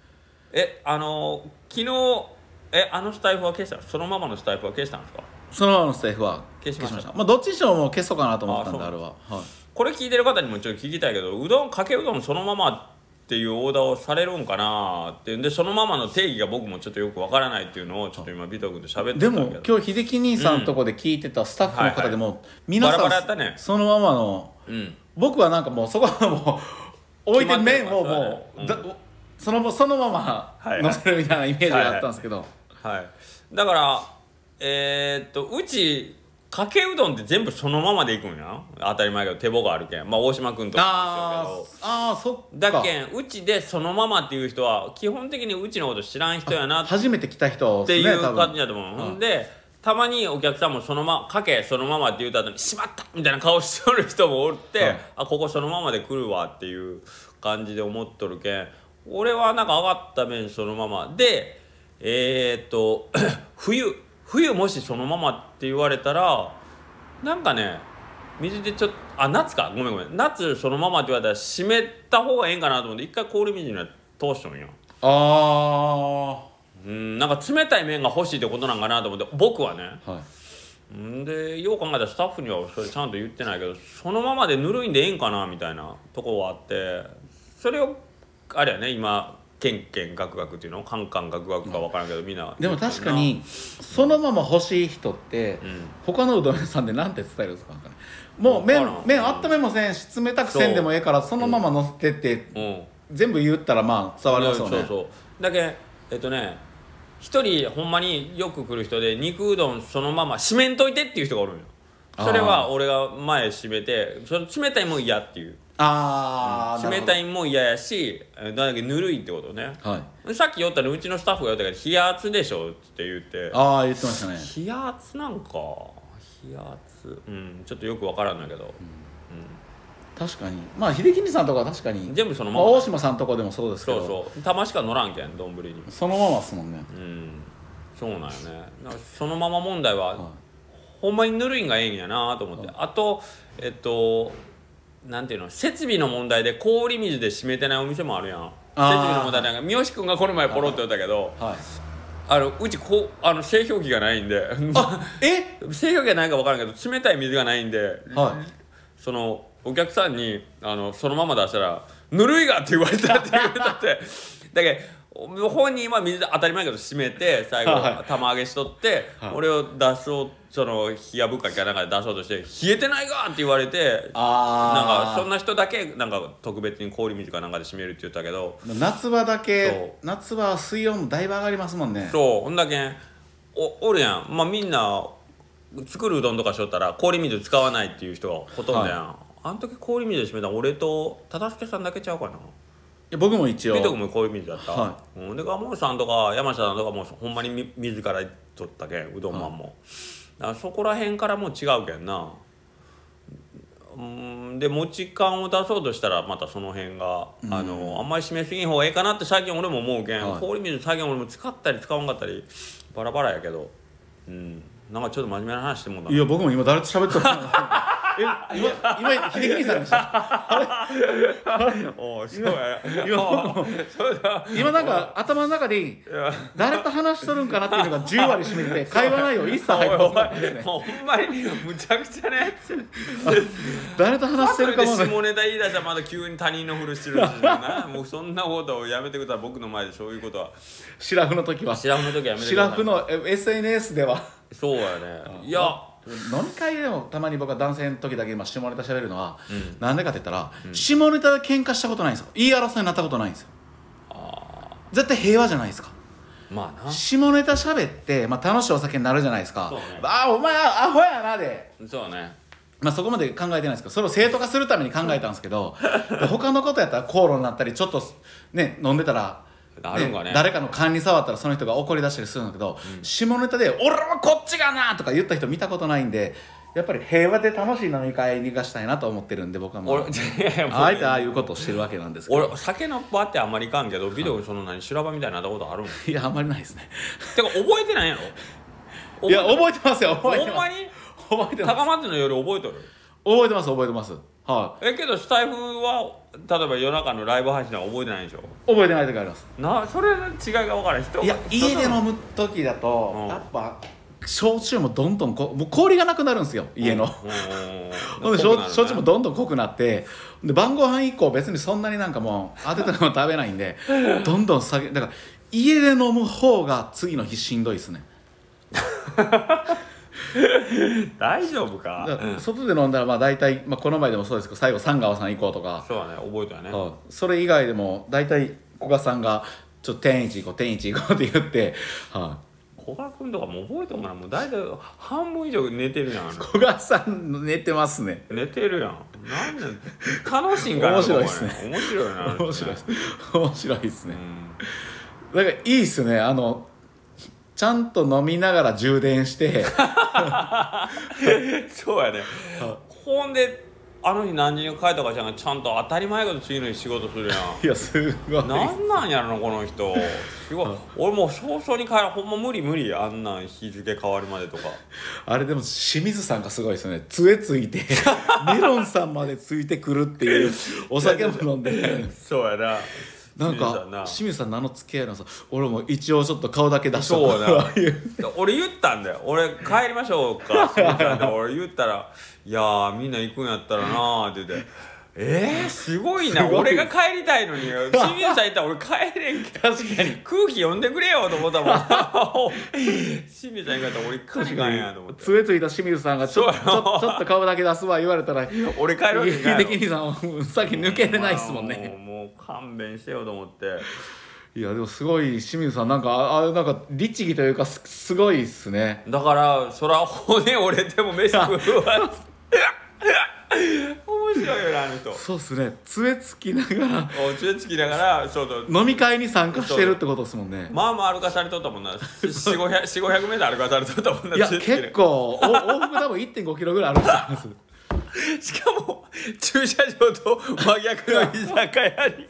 日あのスタイフは消したそのままのスタイフは消したんですか。 そのままのスタイフは消しました。 まあどっちにしてももう消そうかなと思ったんであれは、 これ聞いてる方にもちょっと聞きたいけどうどんかけうどんそのままっていうオーダーをされるんかなっていうんでそのままの定義が僕もちょっとよくわからないっていうのをちょっと今尾藤君と喋ってたんだけど。 でも今日秀樹兄さんのとこで聞いてたスタッフの方でも、皆さんバラバラやったね。 そのままの、僕はなんかもうそこはもう置いて麺をもう、そのまま乗せるみたいなイメージがあったんですけど、 だからうちかけうどんって全部そのままでいくんや当たり前やけど手棒があるけん大島君とかも一緒やけどそっかだけんうちでそのままっていう人は基本的にうちのこと知らん人やな初めて来た人っていう感じだと思う。ほんでたまにお客さんもそのままかけそのままって言うた後にしまったみたいな顔しとる人もおって、ここそのままで来るわっていう感じで思っとるけん俺はなんか上がった麺そのままで冬もしそのままって言われたらなんかね水でちょっと夏かごめん夏そのままって言われたら湿った方がええんかなと思って一回氷水に通しとんよ。なんか冷たい麺が欲しいってことなんかなと思って僕はね、でよう考えたらスタッフにはそれちゃんと言ってないけどそのままでぬるいんでええんかなみたいなとこはあってそれをあれやね今ケンケンガクガクっていうのカンカンガクガクか分からんけどみんなでも確かにそのまま欲しい人って、他のうどん屋さんでなんて伝えるんですか。もう麺温めもせんし冷たくせんでもええからそのまま乗せてって、全部言ったらまあ伝わりますよね。 そうだけ一人ほんまによく来る人で肉うどんそのまま締めんといてっていう人がおるんよ。それは俺が前締めてその冷たいもん嫌っていう冷たいもん嫌やしだけぬるいってことね、さっき言ったのうちのスタッフが言ったけど冷圧でしょって言って言ってましたね。 冷圧なんか冷圧ちょっとよく分からんだけど、 確かにまあ秀樹さんとかは確かに全部そのまま、 大島さんとこでもそうですけどそう玉しか乗らんけん丼にそのままっすもんね。 そうなんよね。だからそのまま問題は、ほんまにぬるいんがええんやなと思って、あとなんていうの設備の問題で氷水で締めてないお店もあるやん。設備の問題なんか三好君がこの前ポロッと言ったけど、うち製氷機がないんで製氷機がないか分からんけど冷たい水がないんで、そのお客さんにそのまま出したらぬるいがって言われたって言うたってだけど本人は水当たり前やけど閉めて最後玉揚げしとって、俺を出そうその冷やぶっかけかなんかで出そうとして「冷えてないか!」って言われて、なんかそんな人だけなんか特別に氷水かなんかで締めるって言ったけど、 夏場だけ夏場は水温もだいぶ上がりますもんね。 そうほんだけんおるやん、まあみんな作るうどんとかしとったら氷水使わないっていう人がほとんどやん、あの時氷水で締めた俺と忠介さんだけちゃうかな。 いや僕も一応ピート君も氷水だった、でガモンさんとか山下さんとかもほんまに水からとったけんうどんマンも、だからそこら辺からもう違うけんな。でもち缶を出そうとしたらまたその辺が、あんまり締めすぎん方がええかなって最近俺も思うけん、氷水最近俺も使ったり使わんかったりバラバラやけど、なんかちょっと真面目な話してもんだ。 いや僕も今誰と喋ってたの今秀樹兄さんでした。あれおおそうや今なんか頭の中で誰と話しとるんかなっていうのが10割占めて会話内容一切入ってないですね。 ほんまにむちゃくちゃなやつ誰と話してるかもね。下ネタ言い出したらまだ急に他人のふるしてるしなもうそんなことをやめてください。僕の前でそういうことはシラフの時はやめてください。 シラフの SNS ではそうやね。いや飲み会でもたまに僕は男性の時だけ今下ネタ喋るのは、なんでかって言ったら、下ネタで喧嘩したことないんですよ。言い争いになったことないんですよ。絶対平和じゃないですか。 まあな下ネタ喋って、楽しいお酒になるじゃないですか。お前アホやなでそうね。 そこまで考えてないですけど、それを正当化するために考えたんですけど他のことやったら口論になったりちょっとね飲んでたら誰かの勘に触ったらその人が怒り出したりするんだけど、下ネタで「俺はこっちがな!」とか言った人見たことないんで、やっぱり平和で楽しい飲み会に行かしたいなと思ってるんで、僕はもうあえてああいうことをしてるわけなんですけど。 俺酒の場ってあんまりいかんけどビデオその修羅場みたいになったことあるん？ いやあんまりないですね。 てか覚えてないやろ？ いや覚えてますよ。 ほんまに？ 覚えてます。 高松の夜覚えとる？ 覚えてます覚えてます。はい。 けどスタイフは例えば夜中のライブ配信は覚えてないでしょ？ 覚えてない時あります。 それの違いが分からん。人いや家で飲む時だと、やっぱ焼酎もどんどんもう氷がなくなるんですよ家の。ほんで焼酎もどんどん濃くなってで晩ご飯以降別にそんなになんかもう当てたのも食べないんでどんどん下げだから家で飲む方が次の日しんどいですね。 大丈夫か？ 外で飲んだら大体、この前でもそうですけど最後三川さん行こうとか。 そうだね覚えたよね。 それ以外でも大体古賀さんがちょっと天一行こう天一行こうって言って、 古賀君とかも覚えてもらうもう大体半分以上寝てるやん。 古賀さん寝てますね。 寝てるやん。なんで楽しいんかな。 面白いですね。 面白いな。 面白いです。面白いですね。だからいいっすね。ちゃんと飲みながら充電してそうやね。ほんであの日何時に帰ったかしらんがちゃんと当たり前やけど次の日仕事するやん。 いやすごい。 なんなんやろなこの人。すごい。俺もう早々に帰る。ほんま無理あんなん日付変わるまでとか。 あれでも清水さんがすごいですよね。杖ついてメロンさんまでついてくるっていうお酒も飲んでそうやな。 なんか清水さんの付き合いのさ俺も一応ちょっと顔だけ出した。 そうやな。俺言ったんだよ。俺帰りましょうか清水さんで俺言ったら「いやーみんな行くんやったらな」って言って。すごいな。俺が帰りたいのに清水さん行ったら俺帰れんけど確かに空気読んでくれよと思ったもん。清水さん行ったら俺行かんかんやと思って。 杖ついた清水さんがちょっと顔だけ出すわ言われたら俺帰るわけにいかんやろ。 秀樹さんは先抜けれないっすもんね。 もう勘弁してよと思って。 いやでもすごい清水さんなんかなんか律儀というかすごいっすね。 だからそら骨折れても飯食うわ。面白いよなあの人。 そうっすね。杖つきながら杖つきながら飲み会に参加してるってことですもんね。 まあ歩かされとったもんな。400-500 メートル歩かされとったもんな。 いや結構往復多分 1.5 キロぐらい歩いてます。 しかも駐車場と真逆の居酒屋に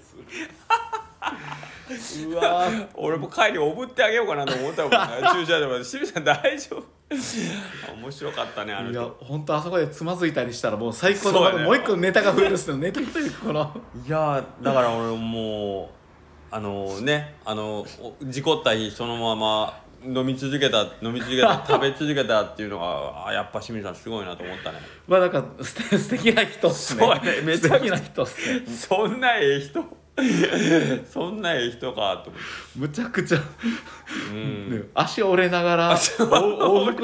うわ俺も帰りおぶってあげようかなと思ったもんな。駐車場まで。清水さん大丈夫？面白かったねあの人。 いや本当あそこでつまずいたりしたらもう最高の、もう一個ネタが増えるっすよ。ネタというかこのいやだから俺もう事故った日そのまま飲み続けた食べ続けたっていうのがやっぱ清水さんすごいなと思ったね。 なんか素敵な人っすね。 そうね。めちゃくちゃ素敵な人っすね。 そんなええ人そんなええ人かと思ってむちゃくちゃ、足折れながら往復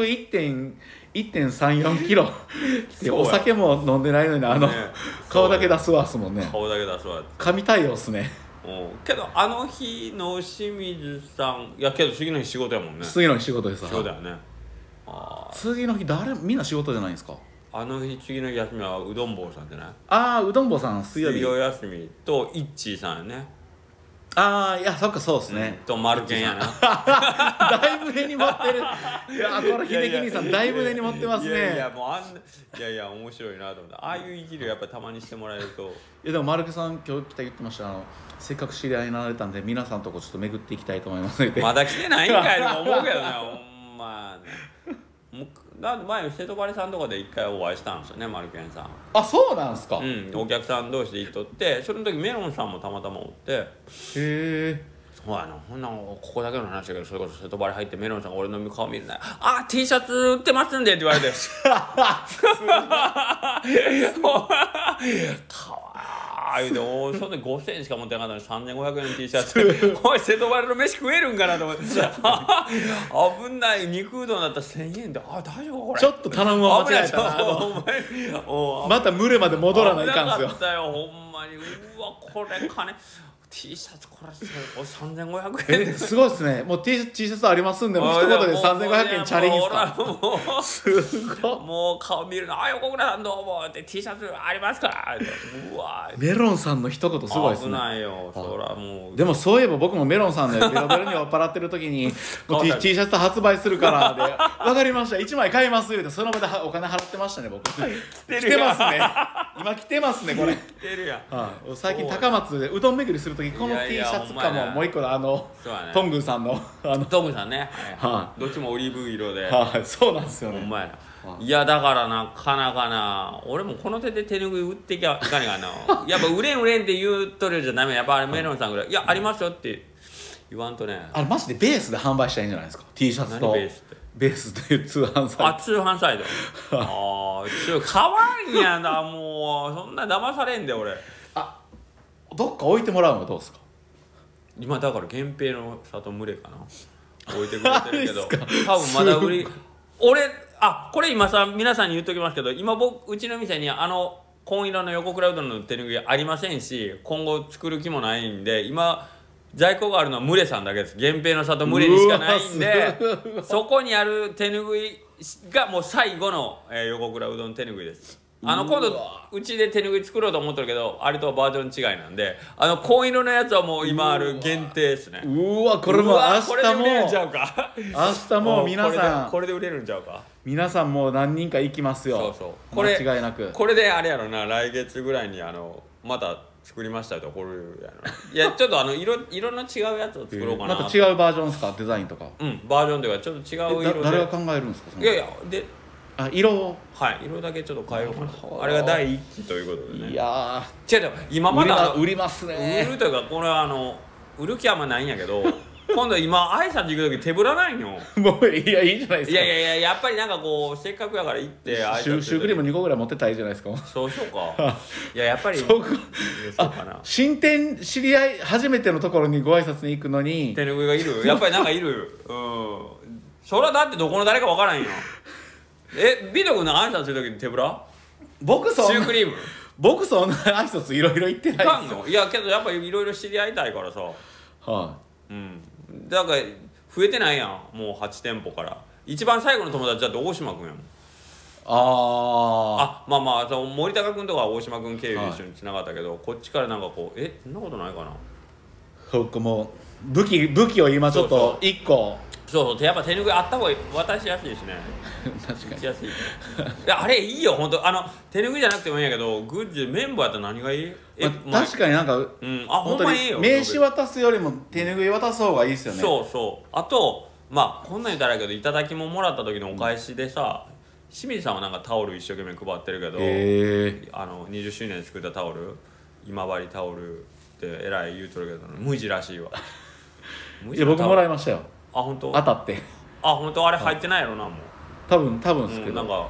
1.34キロでお酒も飲んでないのに顔だけ出すわっすもんね。 顔だけ出すわ神対応っすね。 けどあの日の清水さんいやけど次の日仕事やもんね。 次の日仕事です。 そうだよね。 次の日みんな仕事じゃないんですか。 あの日次の日休みはうどん坊さんじゃない。 うどん坊さん水曜日休みとイッチーさんやね。 いやそっかそうですね、 とマルケンやな。 だいぶ根に持ってる。いやこの秀樹兄さんだいぶ根に持ってますね。 いやもういや面白いなと思って、ああいういじりをやっぱりたまにしてもらえると。 いやでもマルケさん今日来た言ってました。せっかく知り合いになられたんで皆さんとこちょっと巡っていきたいと思いますので。 まだ来てないんかいと思うけどね。ほんまね。だって前瀬戸張さんとかで一回お会いしたんですよね、マルケンさん。 あ、そうなんすか。 お客さん同士で行っとって、その時メロンさんもたまたまおって。へえ。 そうやな、ほんなここだけの話だけど、それこそ瀬戸張入ってメロンさんが俺の顔見るね。あ、T シャツ売ってますんでって言われて。かわいいで、そんで5000円しか持ってなかったのに3500円の T シャツ。おい、瀬戸張の飯食えるんかなと思って。危ない、肉うどんだったら1000円で、大丈夫これ。 ちょっと頼むわ間違えたな。また群れまで戻らないかんすよ。 危なかったよ、ほんまに。うわ、これ金。T シャツこれ3500円すごいですね。もう T シャツありますんで、もう一言で3500円チャレンジですか。すごい。 もう顔見るの、横倉さんどうもって T シャツありますか。うわ。 メロンさんの一言すごいですね。 危ないよ。そらもう。 でもそういえば僕もメロンさんでベロベロに酔っ払ってる時にT シャツ発売するからで、わかりました。1枚買いますってその場でお金払ってましたね僕。来てますね。今来てますねこれ。来てるやん。 最近高松でうどん巡りする時この T シャツかもう一個トングさんのトングさんね。どっちもオリーブ色で。 そうなんですよね。 ほんまやな。いやだからなかなかな、俺もこの手で手ぬぐい売っていかねがな。やっぱ売れんって言うとるじゃダメ。やっぱあれメロンさんぐらい、いやありますよって言わんとね。 マジでベースで販売したらいいんじゃないですか。 T シャツとベースという通販サイト。 通販サイト。買わんやな、もうそんな騙されんで俺。 どっか置いてもらうのはどうですか。 今だから源平の里群れかな置いてくれてるけど多分まだ売り俺これ今さ皆さんに言っときますけど、今うちの店に紺色の横倉うどんの手ぬぐいありませんし、今後作る気もないんで、今在庫があるのは群れさんだけです。源平の里群れにしかないんで、そこにある手ぬぐいがもう最後の、横倉うどん手ぬぐいです。今度うちで手ぬぐい作ろうと思ってるけど、あれとはバージョン違いなんで、紺色のやつはもう今ある限定ですね。 うわ、これも明日も明日もう皆さんこれで売れるんちゃうか。 皆さんもう何人か行きますよ。 そう間違いなくこれであれやろな、来月ぐらいにまた作りましたとこれやろ。いやちょっと色の違うやつを作ろうかな。 また違うバージョンですか、デザインとか。 バージョンではちょっと違う色で。 誰が考えるんですか。 いやで色を色だけちょっと変えようかな。あれが第1期ということでね。 いや違う今まだ売りますね。 売るというかこれ売る気はあんまないんやけど今度今挨拶行く時手ぶらないんよ。 もういいじゃないですか。 いややっぱりなんかこうせっかくやから行って挨拶シュークリーム2個ぐらい持ってたらいいじゃないですか。 そうしようか。いややっぱりそうかな。新店知り合い初めてのところにご挨拶に行くのに手ぬぐいがいる。やっぱりなんかいる。それはだってどこの誰かわからんよ。ビト君の挨拶する時に手ぶら？ 僕そんなシュークリーム？ 僕そんな挨拶いろいろ言ってないですよ。 いやけどやっぱりいろいろ知り合いたいからさ。だから増えてないやん、もう8店舗から。一番最後の友達だって大島君やもん。その森高君とかは大島君経由で一緒に繋がったけど、こっちからなんかこうそんなことないかな。 僕も武器を今ちょっと1個。 そうやっぱ手ぬぐいあった方が渡しやすいしね。 確かに。 いやあれいいよ本当。手ぬぐいじゃなくてもいいんやけど、グッズ綿棒やったら何がいい？ 確かになんかほんまにいいよ。 名刺渡すよりも手ぬぐい渡す方がいいですよね。 そうあとこんなん言ったらやけど、いただきももらった時のお返しでさ、清水さんはなんかタオル一生懸命配ってるけど、20周年で作ったタオル、今治タオルってえらい言うとるけど無地らしいわ。 いや僕もらいましたよ。 本当？ 当たって。 本当？あれ入ってないやろなもう。 多分ですけど。 なんか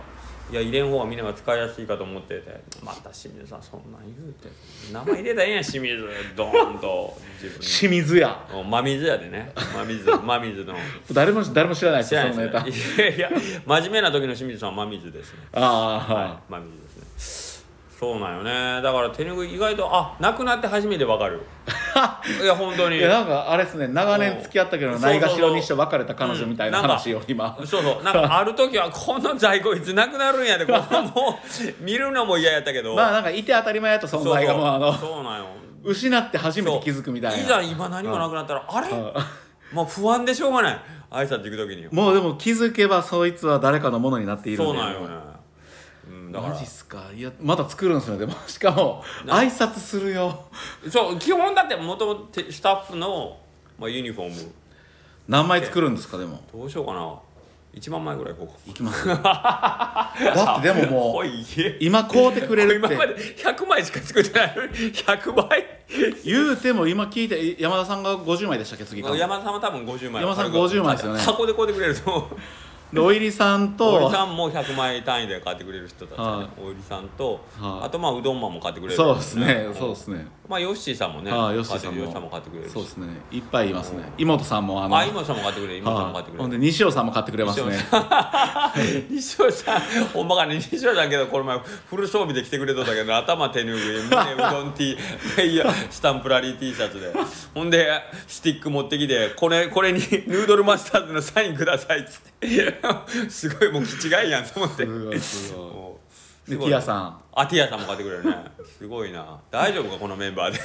いや入れん方がみんなが使いやすいかと思ってて、また清水さんそんなん言うて名前入れたらええやん清水ドーンと自分清水や真水やでね真水の誰も知らないですよそのネタ。 いや真面目な時の清水さんは真水ですね。 ああ、 はい、真水ですね。そうなんよね。だから手拭い意外と亡くなって初めてわかるいや本当に。 いやなんかあれですね、長年付き合ったけどないがしろにして別れた彼女みたいな話を今、 そうなんかある時はこの在庫いつなくなるんやで、このもう見るのも嫌やったけど、 まあなんかいて当たり前やと存在がもうそうなんよ、 失って初めて気づくみたいな。 いざ今何もなくなったらあれもう不安でしょうがない挨拶行く時に。 もうでも気づけばそいつは誰かのものになっているんで。 そうなんよね。だからマジっすか。いやまた作るんですよ。でもしかも挨拶するよ。 そう基本だってもともとスタッフの、ユニフォーム何枚作るんですか。でもどうしようかな、1万枚ぐらいここいきますだってでももう今買うてくれるって今まで100枚しか作ってないのに100倍言うても今聞いて山田さんが50枚でしたっけ次か。 山田さんは多分50枚、 山田さん50枚ですよね。 箱で買うてくれるとでおいりさんとおいりさんも100枚単位で買ってくれる人たち、おいりさんと、あとうどんマンも買ってくれる、 そうですね、そうですね。 ヨッシーさんもね、 ヨッシーさんも買ってくれるし、 そうですね、いっぱいいますね。妹さんも妹さんも買ってくれる、妹さんも買ってくれる。 ほんで西尾さんも買ってくれますね。 西尾さんほんまかね、西尾さんけどこの前フル装備で来てくれとったけど、頭手ぬぐい、胸うどん T いやスタンプラリー T シャツで、ほんでスティック持ってきてこれにヌードルマスターズのサインくださいっつってすごいもう気違いやんと思って。 でティアさん、 ティアさんも買ってくれるね。すごいな。大丈夫かこのメンバーで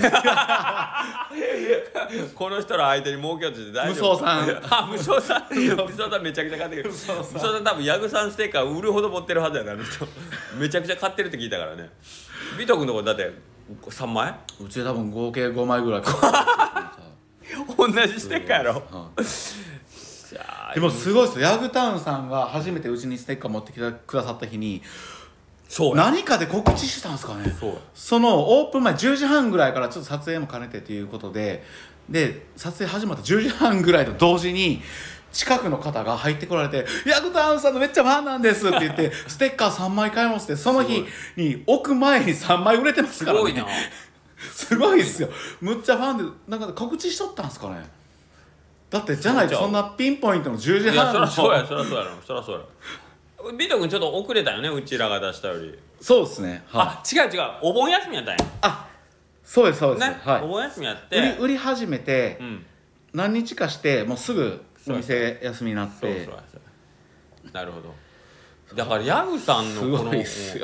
この人ら相手に儲けようとして大丈夫。無双さんめちゃくちゃ買ってくれる。無双さん多分ヤグさんステッカー売るほど持ってるはずやな、あの人めちゃくちゃ買ってるって聞いたからね。ビト君のとこだって3枚、 うち多分合計5枚ぐらい買って同じステッカーやろ。 でもすごいですよ。ヤグタウンさんが初めてうちにステッカー持ってきてくださった日に何かで告知してたんですかね。そのオープン前10時半ぐらいからちょっと撮影も兼ねてということで撮影始まった10時半ぐらいと同時に近くの方が入ってこられて「ヤグタウンさんのめっちゃファンなんです」って言ってステッカー3枚買いますって、その日に置く前に3枚売れてますからね。すごいなすごいっすよ。むっちゃファンでなんか告知しとったんですかね。だってじゃないとそんなピンポイントの10時半の。 そりゃそうやろ。ビト君ちょっと遅れたよね、うちらが出したより。 そうですね。 違うお盆休みやったんや。 そうですね。 お盆休みやって売り始めて何日かしてもうすぐお店休みになって。 なるほど。だからヤグさんのこの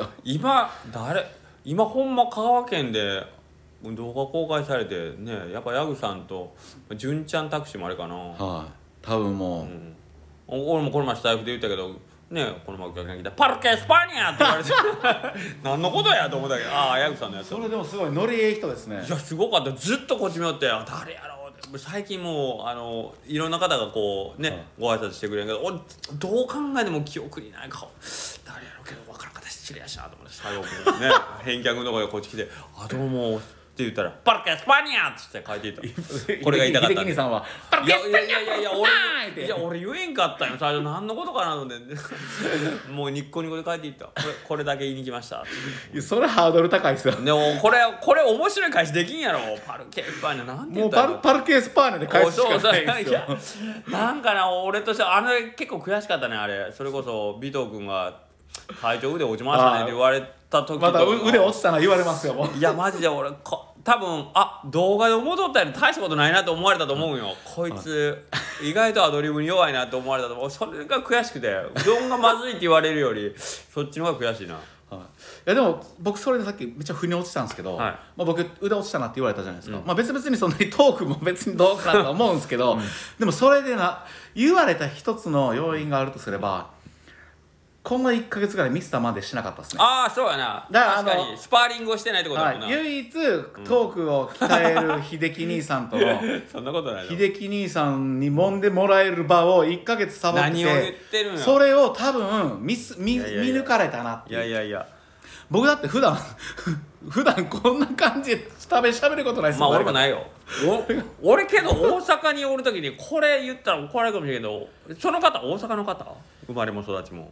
今ほんま香川県で動画公開されてね、やっぱヤグさんと純ちゃんタクシーもあれかな。 多分もう、 俺もこの前スタイフで言ったけどね、この前お客さん来た「パルケ・スパニア!」って言われて何のことやと思ったけど、ヤグさんのやつ。 それでもすごいノリいい人ですね。 いやすごかった。ずっとこっち見よって誰やろうって。最近もういろんな方がこうね、ご挨拶してくれるけど、俺どう考えても記憶にない顔誰やろうけど分からんかったし失礼やしなと思って、最後ね返却のとこでこっち来て「どうも」って言ったら「パルケ・スパニア!」って書いていたこれが言いたかったんで。 さんは「パルケ・スパニア!」 俺言えんかったよ最初。何のことかなと思ってもうニッコニコで書いていった。これだけ言いに来ましたそれハードル高いっすよ。 でもこれ面白い返しできんやろ。パルケ・スパニアなんて言ったらもうパルケ・スパーネで返すしかないですよ。 なんかな、俺としては結構悔しかったねあれ。それこそ尾藤君が「会長腕落ちましたね」って言われた時とまた腕落ちたな言われますよ。もういやマジで俺多分動画で戻ったより大したことないなと思われたと思うよ。こいつ意外とアドリブに弱いなと思われたと思う。それが悔しくて、うどんがまずいって言われるよりそっちの方が悔しいな。 いやでも僕それでさっきめっちゃ腑に落ちたんですけど、僕腕落ちたなって言われたじゃないですか。別々にそんなにトークも別にどうかなと思うんですけど、でもそれで言われた一つの要因があるとすれば、この1ヶ月ぐらいミスターまでしなかったですね。 そうやな。確かにスパーリングをしてないってことだもんな。 唯一トークを鍛える秀樹兄さんとのそんなことないの。 秀樹兄さんに揉んでもらえる場を1ヶ月サボってて、 何を言ってるんや。 それを多分見抜かれたなっていう。 いや僕だって普段こんな感じで喋ることないですよ。 俺もないよ。俺けど大阪におる時にこれ言ったら怒られるかもしれんけど、その方大阪の方、生まれも育ちも。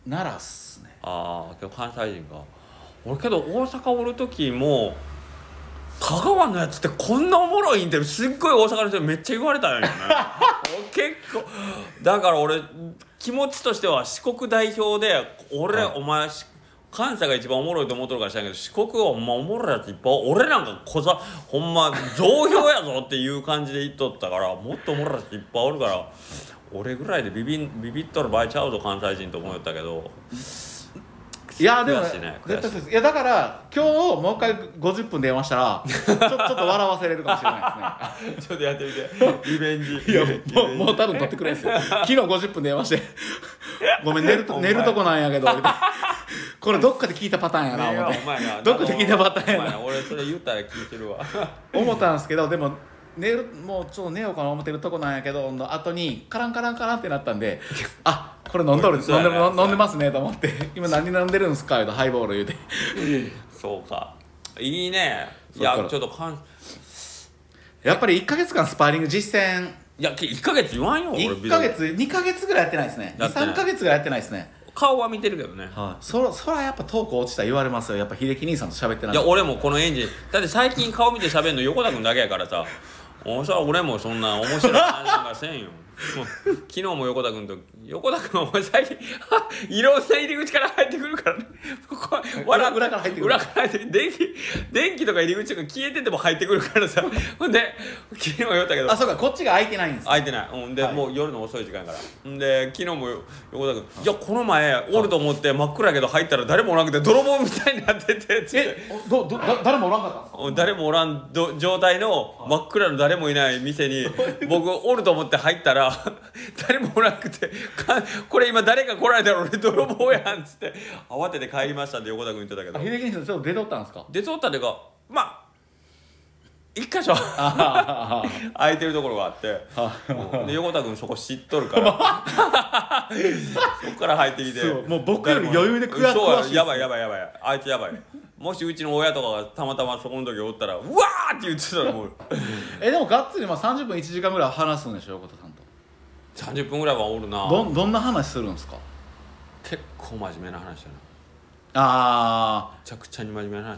奈良っすね。 ああけど関西人か。俺けど大阪おる時も香川のやつってこんなおもろいんってすっごい大阪の人にめっちゃ言われたんよね結構だから俺気持ちとしては四国代表で俺、お前関西が一番おもろいと思っとるから知らんけど四国はほんまおもろいやついっぱい俺なんかほんま増票やぞっていう感じで言っとったからもっとおもろいやついっぱいおるから俺ぐらいでビビっとる場合ちゃうぞ関西人と思ったけどいやでも絶対そうです。いやだから今日もう一回50分電話したらちょっと笑わせれるかもしれないですねちょっとやってみてリベンジいやもう多分取ってくれんすよ昨日50分電話してごめん寝るとこなんやけどこれどっかで聞いたパターンやな思ってどっかで聞いたパターンやな俺それ言ったら聞いてるわ思ったんですけどでももうちょっと寝ようかな思ってるとこなんやけどの後にカランカランカランってなったんであこれ飲んでますねと思って今何飲んでるんすか言うとハイボール言うてそうかいいねいやちょっとやっぱり1ヶ月間スパーリング実践いや1ヶ月言わんよ 1ヶ月2ヶ月ぐらいやってないですね 2,3 ヶ月ぐらいやってないですね顔は見てるけどね、 はい、そらやっぱトーク落ちた言われますよやっぱ秀樹兄さんと喋ってないいや俺もこのエンジンだって最近顔見て喋るの横田君だけやからさそれは俺もそんな面白い話なんかせんよ昨日も横田君はお前最近いろんな入り口から入ってくるからね裏から入ってくる電気とか入り口とか消えてても入ってくるからさほんで昨日言ったけどそうかこっちが開いてないんです開いてない、で、はい、もう夜の遅い時間やからんで昨日も横田君いやこの前おると思って真っ暗やけど入ったら誰もおらんくて泥棒みたいになってて誰もおらんかったんですか誰もおらん状態の真っ暗の誰もいない店に僕おると思って入ったら誰もおらなくてこれ今誰か来られたら俺泥棒やんっつって慌てて帰りましたって横田君言ってたけど秀樹兄さんちょっと出とったんですか出とったっていうかまあ一箇所空いてるところがあってで横田君そこ知っとるからそこから入ってきてもう僕より余裕で詳しいやばいあいつやばいもしうちの親とかがたまたまそこの時おったらうわーって言ってたらもうでもがっつり30分1時間ぐらい話すんでしょ横田さんと 30分ぐらいはおるなどんな話するんですか結構真面目な話だなめちゃくちゃに真面目な話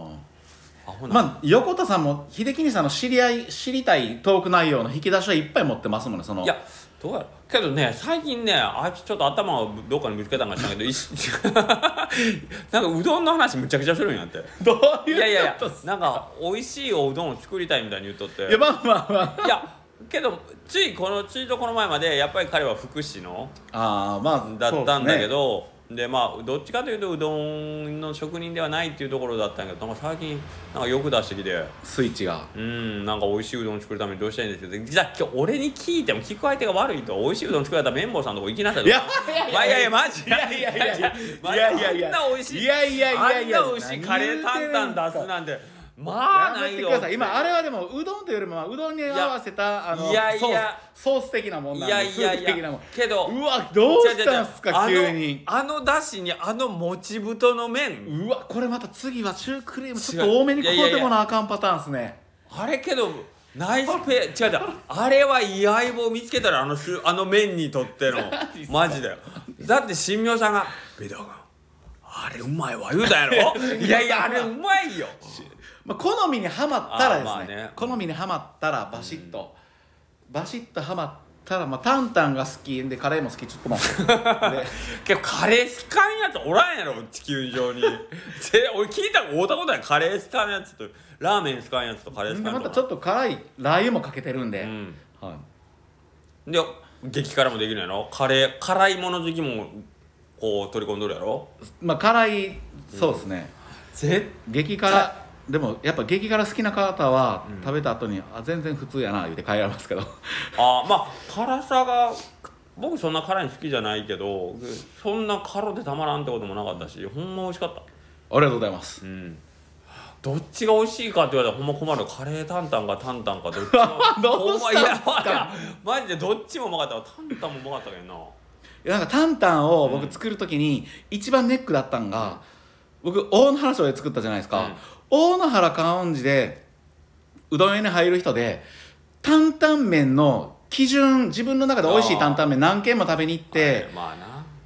横田さんも秀樹兄さんの知りたいトーク内容の引き出しはいっぱい持ってますもんねいやどうやろけどね最近ねあいつちょっと頭をどっかにぶつけたんかしらんけどなんかうどんの話むちゃくちゃするんやってどういういやなんか美味しいおうどんを作りたいみたいに言っとっていやまあいやけどついこの前までやっぱり彼は福祉のだったんだけどでどっちかというとうどんの職人ではないっていうところだったんやけどなんか最近なんかよく出してきてスイッチがなんか美味しいうどん作るためにどうしたらいいんですけどじゃあ今日俺に聞いても聞く相手が悪いと美味しいうどん作られたら綿棒さんのとこ行きなさいといやマジいやあんな美味しいあんな美味しいカレー担々出すなんてないよ今あれはでもうどんというよりもうどんに合わせたソース的なもんなんでスープ的なもんけどうわどうしたんすか急にあのだしにもち太の麺うわこれまた次はシュークリームちょっと多めにこうてもなあかんパターンっすねあれけどナイスペ違うあれはいい相棒見つけたらあの麺にとってのマジだよだって新明さんが「ビデオ君あれうまいわ」言うたやろいやあれうまいよ好みにはまったらですね好みにはまったらバシッとはまったらタンタンが好きでカレーも好きちょっと待って結構カレー好かんやつおらんやろ地球上に俺聞いたこと会うたことないカレー好かんやつとラーメン好かんやつとカレー好かんやつまたちょっと辛いラー油もかけてるんで、 で激辛もできるやろ辛いもの好きもこう取り込んどるやろ辛いそうですね、激辛でもやっぱ激辛好きな方は食べた後に全然普通やな言うて帰られますけど辛さが僕そんな辛いの好きじゃないけどそんな辛でたまらんってこともなかったしほんま美味しかったありがとうございます、 どっちが美味しいかって言われたらほんま困るカレー担々か担々かどっちもどうしたんすかマジでどっちもうまかったわ担々もうまかったけどななんか担々を僕作る時に一番ネックだったんが、僕大野原町で作ったじゃないですか、大野原観音寺でうどん屋に入る人で担々麺の基準自分の中で美味しい担々麺何軒も食べに行って、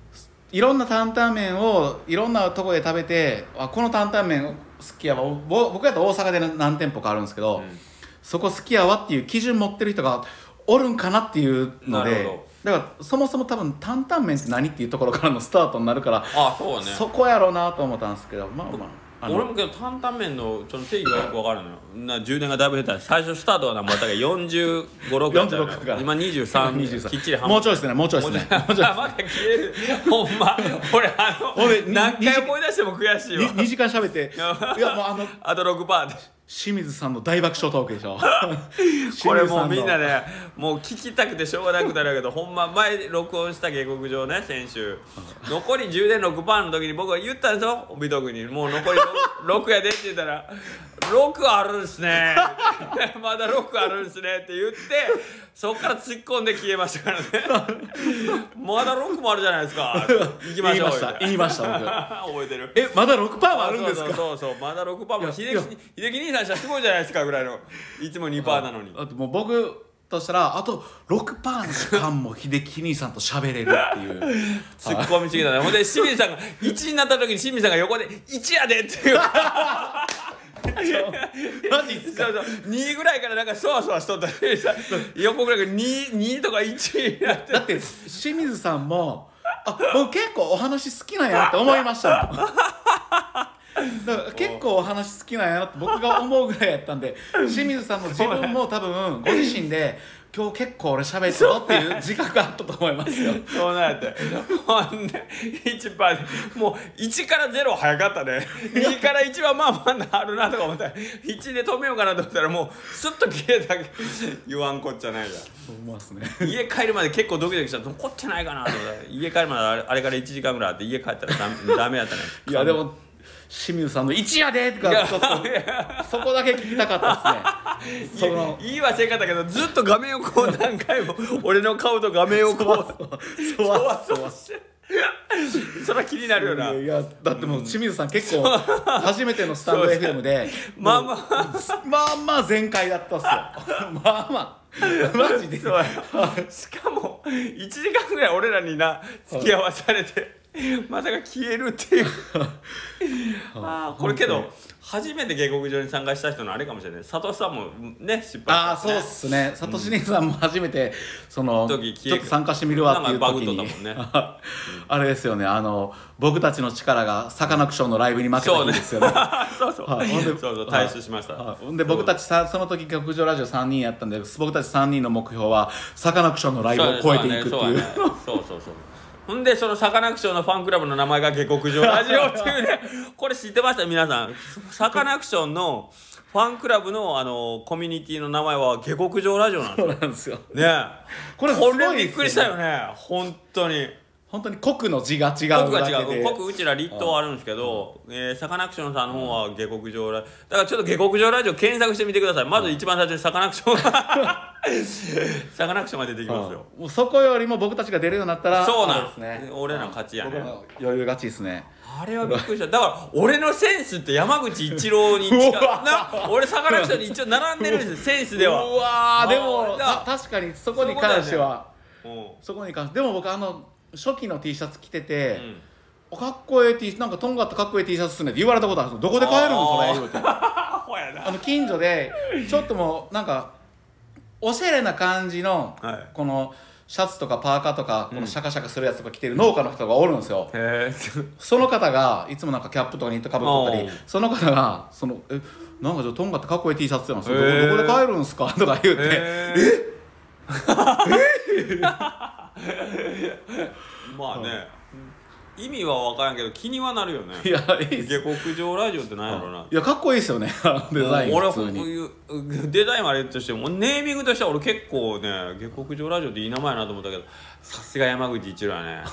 いろんな担々麺をいろんなとこで食べて、この担々麺好きやわ、僕やったら大阪で何店舗かあるんですけど、そこ好きやわっていう基準持ってる人がおるんかなっていうので、だからそもそも多分担々麺って何っていうところからのスタートになるから、 そうね、 そこやろうなと思ったんですけど、まあまあ俺もけど担々麺のちょっと定義がよく分かるのよ。充電がだいぶ減った。最初スタートはなもうだから45、6やったよね。今23きっちり半分。 もうちょいですね、もうちょいですね。 まだ消える。ほんま俺何回思い出しても悔しいわ。 2時間喋っていやもうあと6%で清水さんの大爆笑トークでしょこれもうみんなねもう聞きたくてしょうがなくなるけどほんま前録音した下克上ね先週残り充電 6% の時に僕は言ったんですよ帯徳にもう残り 6やでって言ったら6あるんすねまだ6あるんすねって言ってそっから突っ込んで消えましたからねまだ6もあるじゃないですか行きましょう言いました僕覚えてるまだ 6% もあるんですかそうまだ 6% も秀樹兄さんしたらすごいじゃないですかぐらいのいつも 2% なのにあともう僕としたらあと 6% の時間も秀樹兄さんと喋れるっていうツッコミすぎだねほんで清水さんが1になった時に清水さんが横で1やでっていうマジっすか 2ぐらいからなんかそわそわしとった横ぐらいから 2とか1になってだって清水さんも僕結構お話好きなんやって思いましたもんだから結構お話好きなんやなって僕が思うぐらいやったんで清水さんも自分も多分ご自身で今日結構俺喋ったぞっていう自覚があったと思いますよそうなんやってほんで1%もう1から0早かったね2から1はまあまああるなとか思ったら1で止めようかなと思ったらもうスッと消えた言わんこっちゃないじゃんそう思いますね家帰るまで結構ドキドキした残ってないかなと思ったら家帰るまであれから1時間ぐらいあって家帰ったらダメやったねいやでも清水さんの1やでとかちょっとそこだけ聞きたかったですねいいはせんかったけどずっと画面をこう何回も俺の顔と画面をこうそわそわしてそれは気になるよないやだってもう清水さん結構初めてのスタンド FM でまあまあ全開だったっすよまあマジでそうしかも1時間ぐらい俺らに付き合わされてまさか消えるっていうこれけど初めて下克上に参加した人のあれかもしれないサトシさんもね失敗した、ね、 そうっすねサトシ兄さんも初めてそのちょっと参加してみるわっていう時に、 ね、 あれですよね僕たちの力がサカナクションのライブに負けた日ですよねそう退出しましたほんで僕たちその時下克上ラジオ3人やったんで僕たち3人の目標はサカナクションのライブを超えていくっていうそうほんでそのサカナクションのファンクラブの名前が下克上ラジオっていうねこれ知ってました皆さんサカナクションのファンクラブのコミュニティの名前は下克上ラジオなんですよそうなんですよねこれすごいですよねびっくりしたよね本当に国の字が違うだけで国うちら立東あるんですけどサカナクションさんの方は下克上ラジオだからちょっと下克上ラジオ検索してみてくださいまず一番最初にサカナクションサカナクションが出てきますよもうそこよりも僕たちが出るようになったらそうなんですね俺らの勝ちやね僕の余裕勝ちですねあれはびっくりしただから俺のセンスって山口一郎に近い俺サカナクションに一応並んでるんですセンスではうわでも確かにそこに関してはでも僕初期の T シャツ着てて、かっこええ T なんかとんがったかっこええ T シャツっすねって言われたことあるんですどこで買えるのそれ言うて近所でちょっともうなんかおしゃれな感じの、このシャツとかパーカーとかこのシャカシャカするやつとか着てる農家の人がおるんですよ、その方がいつもなんかキャップとかニットかぶっとったりその方がなんかちょっととんがったかっこええ T シャツなんですよどこで買えるんすかとか言うてまあね、意味は分からんけど気にはなるよねいやいいっす下克上ラジオって何やろな、 いやかっこいいっすよねデザイン俺普通にデザインはあれとしてもネーミングとしては俺結構ね下克上ラジオっていい名前やなと思ったけどさすが山口一郎やね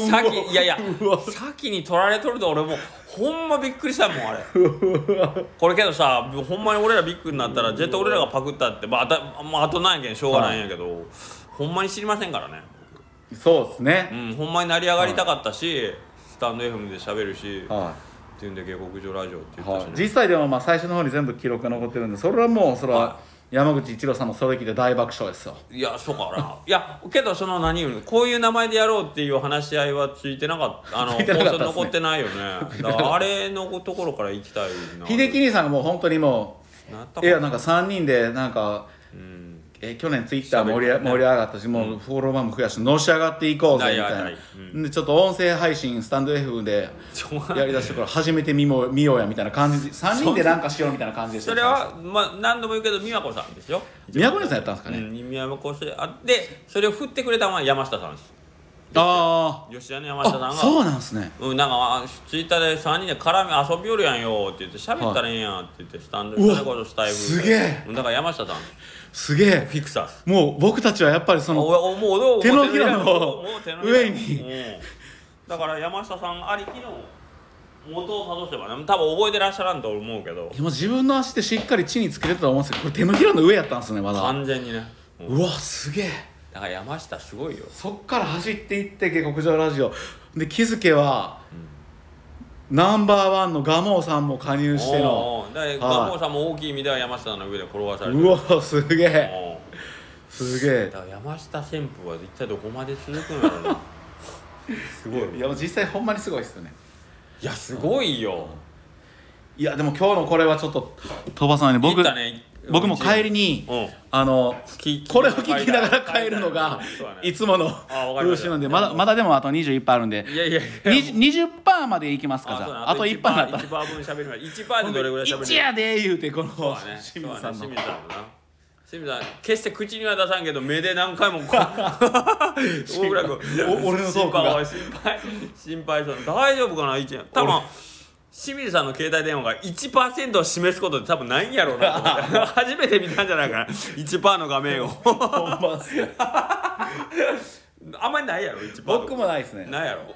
先に取られとると俺もうほんまびっくりしたもんあれこれけどさほんまに俺らビッグになったら絶対俺らがパクったってあとなんやけんしょうがないんやけど、ほんまに知りませんからねそうですね、 ほんまに成り上がりたかったし、スタンド FM で喋るし、っていうんで下克上ラジオって言ったしね、 実際でも最初の方に全部記録が残ってるんでそれはもう山口一郎さんもそれ聞いて大爆笑ですよ。 いやそうかないやけどその何こういう名前でやろうっていう話し合いはついてなかったついてなかったっすね放送残ってないよねだからあれのところから行きたいな秀樹兄さんがもう本当にもういやなんか3人でなんか、去年ツイッター盛り上がったし、もうフォロワーも増やしてのし上がっていこうぜみたいな、でちょっと音声配信スタンド F でやりだしてから初めて見ようやみたいな感じで3人でなんかしようみたいな感じでした。 それは、何度も言うけど美和子さんですよ。 美和子さんやったんですかね。 美和子さんでそれを振ってくれたのは山下さんです。 ああ、 吉田の山下さんがそうなんですね。 なんかツイッターで3人で絡み遊びよるやんよって言って喋ったらええやんって言ってスタンドでそれこそスタイルすげえ。 だから山下さんすげえフィクサーもう僕たちはやっぱりその手のひらの上にだから山下さんありきの元をたどせばね多分覚えてらっしゃらんと思うけど今自分の足でしっかり地につけてたと思うんですけどこれ手のひらの上やったんですねまだ完全にね、 うわすげえだから山下すごいよそっから走っていって下克上ラジオで気づけは、ナンバーワンの蒲生さんも加入してのだから蒲生さんも大きい意味では山下の上で転がされてるうわすげえすげえだから山下旋風は一体どこまで続くんやろなすごいいや実際ほんまにすごいですよねいやすごいよいやでも今日のこれはちょっと鳥羽さんに僕も帰りに、これを聞きながら帰るのがいつもの風習なんでまだでもあと21%あるんでいやいや 20% までいきますかじゃああと1%になったら 1% 分喋ります 1% でどれぐらい喋る 1やで言うてこの清水さんの清水さん決して口には出さんけど目で何回もこう僕ら俺のトークが心配そう大丈夫かな1円多分清水さんの携帯電話が 1% を示すことって多分ないんやろうなと思って初めて見たんじゃないかな 1% の画面をあんまりないやろ 1% 僕もないですねないやろ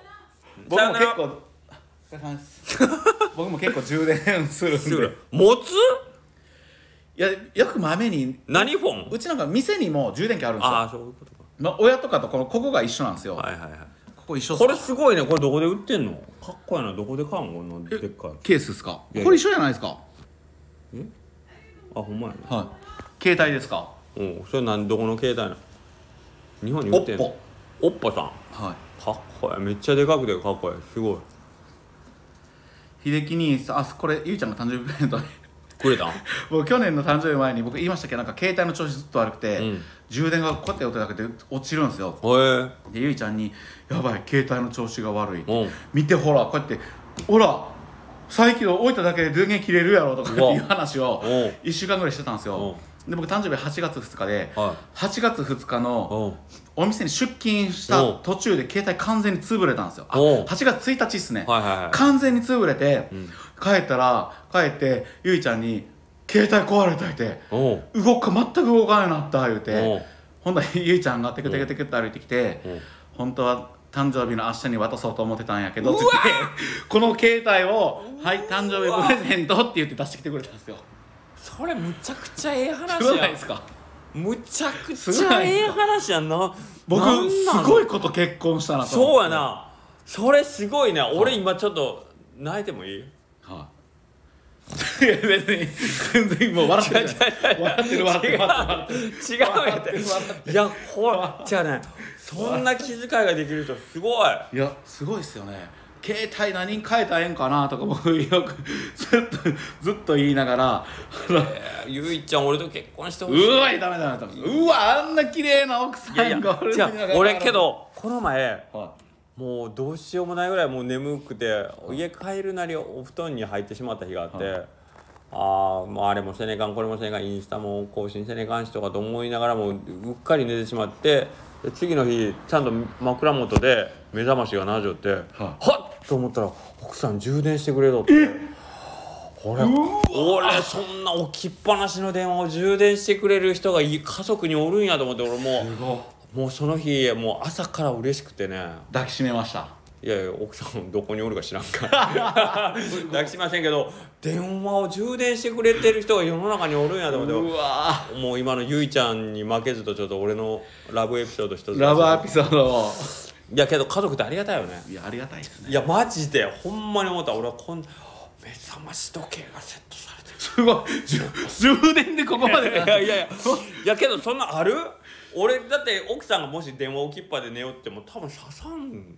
僕も結構充電するんで持ついやよくまめに何フォンうちなんか店にも充電器あるんですよああそういうことか親とかとここが一緒なんですよはいはいはいここ一緒っすこれすごいねこれどこで売ってんのかっこいいなどこで買うんこのでっかいケースですかこれ一緒じゃないですかあほんまやねはい携帯ですかそれどこの携帯なの日本に売ってんのおっぽさんはいかっこいいめっちゃでかくてかっこいいすごい秀樹にこれゆいちゃんが誕生日プレゼントくれたん僕去年の誕生日前に僕言いましたけどなんか携帯の調子ずっと悪くて、充電がこうやって音だけで落ちるんですよでゆいちゃんに「やばい携帯の調子が悪い」見てほらこうやってほら最近置いただけで電源切れるやろとかっていう話を1週間ぐらいしてたんですよで僕誕生日8月2日で、8月2日のお店に出勤した途中で携帯完全に潰れたんですよ8月1日っすね、完全に潰れて、帰ってゆいちゃんに「携帯壊れた」って全く動かんようになった言うてほんとゆいちゃんがテクテクテクって歩いてきて本当は誕生日の明日に渡そうと思ってたんやけどって言ってこの携帯を「はい誕生日プレゼント」って言って出してきてくれたんですよそれむちゃくちゃええ話すごないですかむちゃくちゃええ話やんな僕すごいこと結婚したなとそうやなそれすごいね俺今ちょっと泣いてもいいいや別に全然もう笑ってる笑ってる違うやっていやほらじゃあねそんな気遣いができる人すごいいやすごいっすよね携帯何変えたらええんかなとか僕よくずっと言いながらゆいちゃん俺と結婚してほしいダメうわあんな綺麗な奥さんが俺けどこの前もうどうしようもないぐらいもう眠くて家帰るなりお布団に入ってしまった日があってもうあれもせねかんこれもせねかんインスタも更新せねかんしとかと思いながらもうっかり寝てしまって次の日ちゃんと枕元で目覚ましが鳴りよってはっと思ったら奥さん充電してくれとって俺そんな置きっぱなしの電話を充電してくれる人が家族におるんやと思って俺もうその日もう朝から嬉しくてね抱きしめましたいや奥さんどこにおるか知らんから抱きしませんけど電話を充電してくれてる人が世の中におるんやと思ってもう今のゆいちゃんに負けずとちょっと俺のラブエピソード一つラブエピソードをいやけど家族ってありがたいよねいやありがたいですねいやマジでほんまに思った俺は目覚まし時計がセットされてるすごい充電でここまでいやけどそんなある？俺だって奥さんがもし電話置きっぱで寝よっても多分刺さん。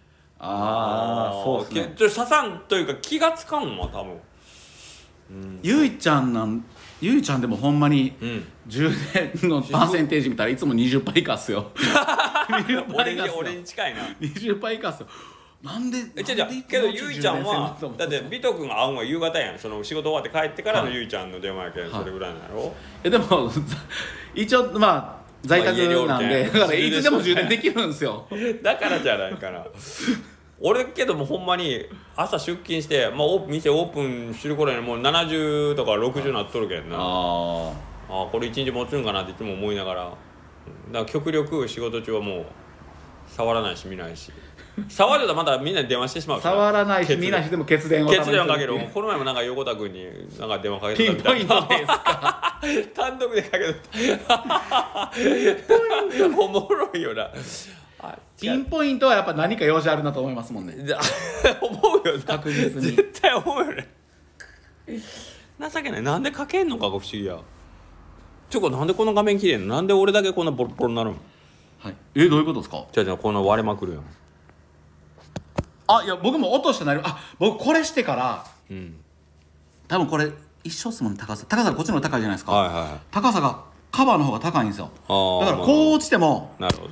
そうですね。 刺さんというか気がつかんわ多分。 ゆいちゃんでもほんまに充電のパーセンテージ見たらいつも 20% 以下っすよ。 俺に近いな。 20% 以下っすよ。なんでけどゆいちゃんはだってビト君が会うんは夕方やん。その仕事終わって帰ってからのゆいちゃんの電話やけん、それぐらいなんやろ。 でも一応まあ在宅なんで、だからいつでも充電できるんですよ。 だからじゃないかな。俺けどもほんまに朝出勤して、店オープンする頃にもう70とか60なっとるけんな。これ1日持つんかなっていつも思いながら。だから極力仕事中はもう触らないし見ないし。触るとまたみんなに電話してしまうから。 触らないし見ないしでも欠電をかける。この前もなんか横田君になんか電話かけてたみたいな。ピンポイントですか。単独でかけた。おもろいよな。 ピンポイントはやっぱ何か用事あるなと思いますもんね。 思うよな。 確実に絶対思うよね。情けない。なんでかけんのかが不思議や。なんでこの画面綺麗なの？なんで俺だけこんなボロボロになるの？ はい。どういうことですか？ じゃあこんな割れまくるやん。 いや僕も落としてない僕これしてから、多分これ一緒っすもんね。高さこっちの方が高いじゃないですか、高さがカバーの方が高いんですよ。だからこう落ちても、 なるほどね。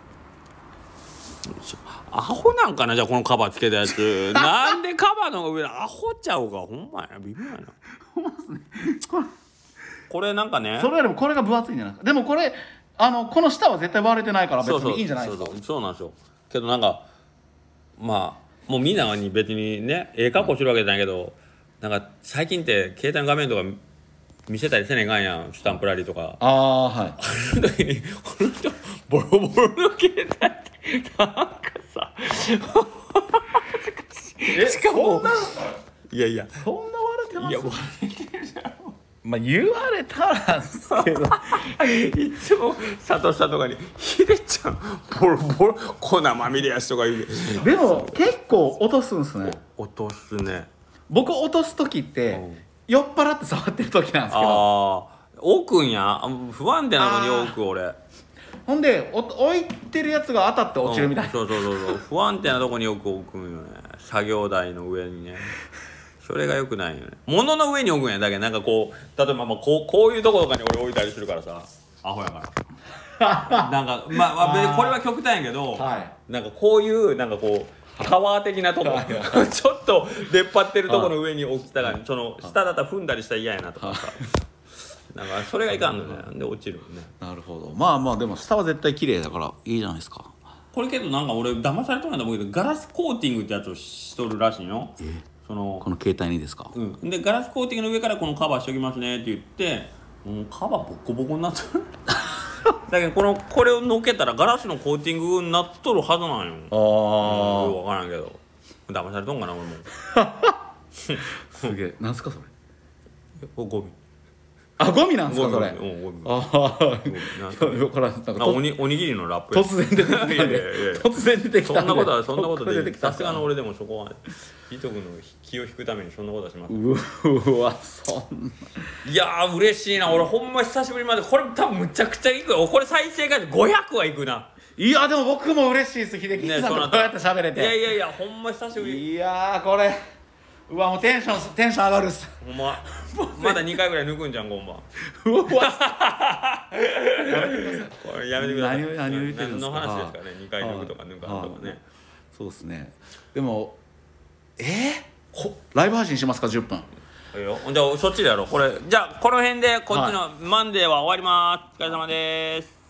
アホなんかな。じゃあこのカバーつけたやつなんでカバーの方が上アホちゃうか。ほんまやな。微妙やな。 ほんまっすね。 これなんかね、 それよりもこれが分厚いんじゃないですか。でもこれこの下は絶対割れてないから別にいいんじゃないですか。 そうなんですよ。けどなんかもうみんなに別にね加工してるわけじゃないけど、なんか最近って携帯の画面とか見せたりせねえかんやん。スタンプラリーとか。 はい。 その時にこの人ボロボロの携帯ってなんかさしかもいやそんな割れてます？ いや割れてるじゃん。 言われたらですけどいつも佐藤さんとかに「ヒデちゃんボロボロ粉まみれやし」とか言うでも結構落とすんすね。 落とすね。 僕落とす時って酔っ払って触ってる時なんですけど、 置くんや。不安定なのに置く俺。 ほんで置いてるやつが当たって落ちるみたいな、 そう不安定なとこによく置くんよね。作業台の上にね。それがよくないよね。物の上に置くんや。だけどなんかこう例えばこういうとことかに俺置いたりするからさ、アホやからなんか別にこれは極端やけど、なんかこういうなんかこうタワー的なとこちょっと出っ張ってるとこの上に置きたがその下だったら踏んだりしたら嫌やなとかさなんかそれがいかんのね。で落ちるね。 なるほど。でも下は絶対綺麗だからいいじゃないですか。 これけどなんか俺騙されとるんだと思うけど、ガラスコーティングってやつをしとるらしいよ。 この携帯にですか？ でガラスコーティングの上からこのカバーしときますねって言ってもうカバーボッコボコになってるだけどこれをのけたらガラスのコーティングになっとるはずなんよ。よく分からんけど騙されとんかな俺もすげえ。なんすかそれ？ ゴミ。 ゴミなんですかそれ？ ゴミ。 これなんかおにぎりのラップ。 突然出てきたんで。突然出てきたんで。 そんなことでさすがの俺でもそこは伊藤君の気を引くためにそんなことはします。 うわそんな。 いやー嬉しいな。俺ほんま久しぶりまでこれ多分むちゃくちゃいくよ。これ再生回数500はいくな。 いやでも僕も嬉しいです。秀樹さんとこうやって喋れて。 いやほんま久しぶり。 いやこれうわもうテンション上がるっす。 ほんままだ2回ぐらい抜くんじゃん今晩。 うわこれやめてください。 何を言ってるんですか。 何の話ですかね。2回抜くとか抜かんとかね。 そうですね。でもライブ配信しますか10分。 いいよ。じゃあそっちでやろう。これじゃあこの辺でこっちのマンデーは終わります。お疲れ様です。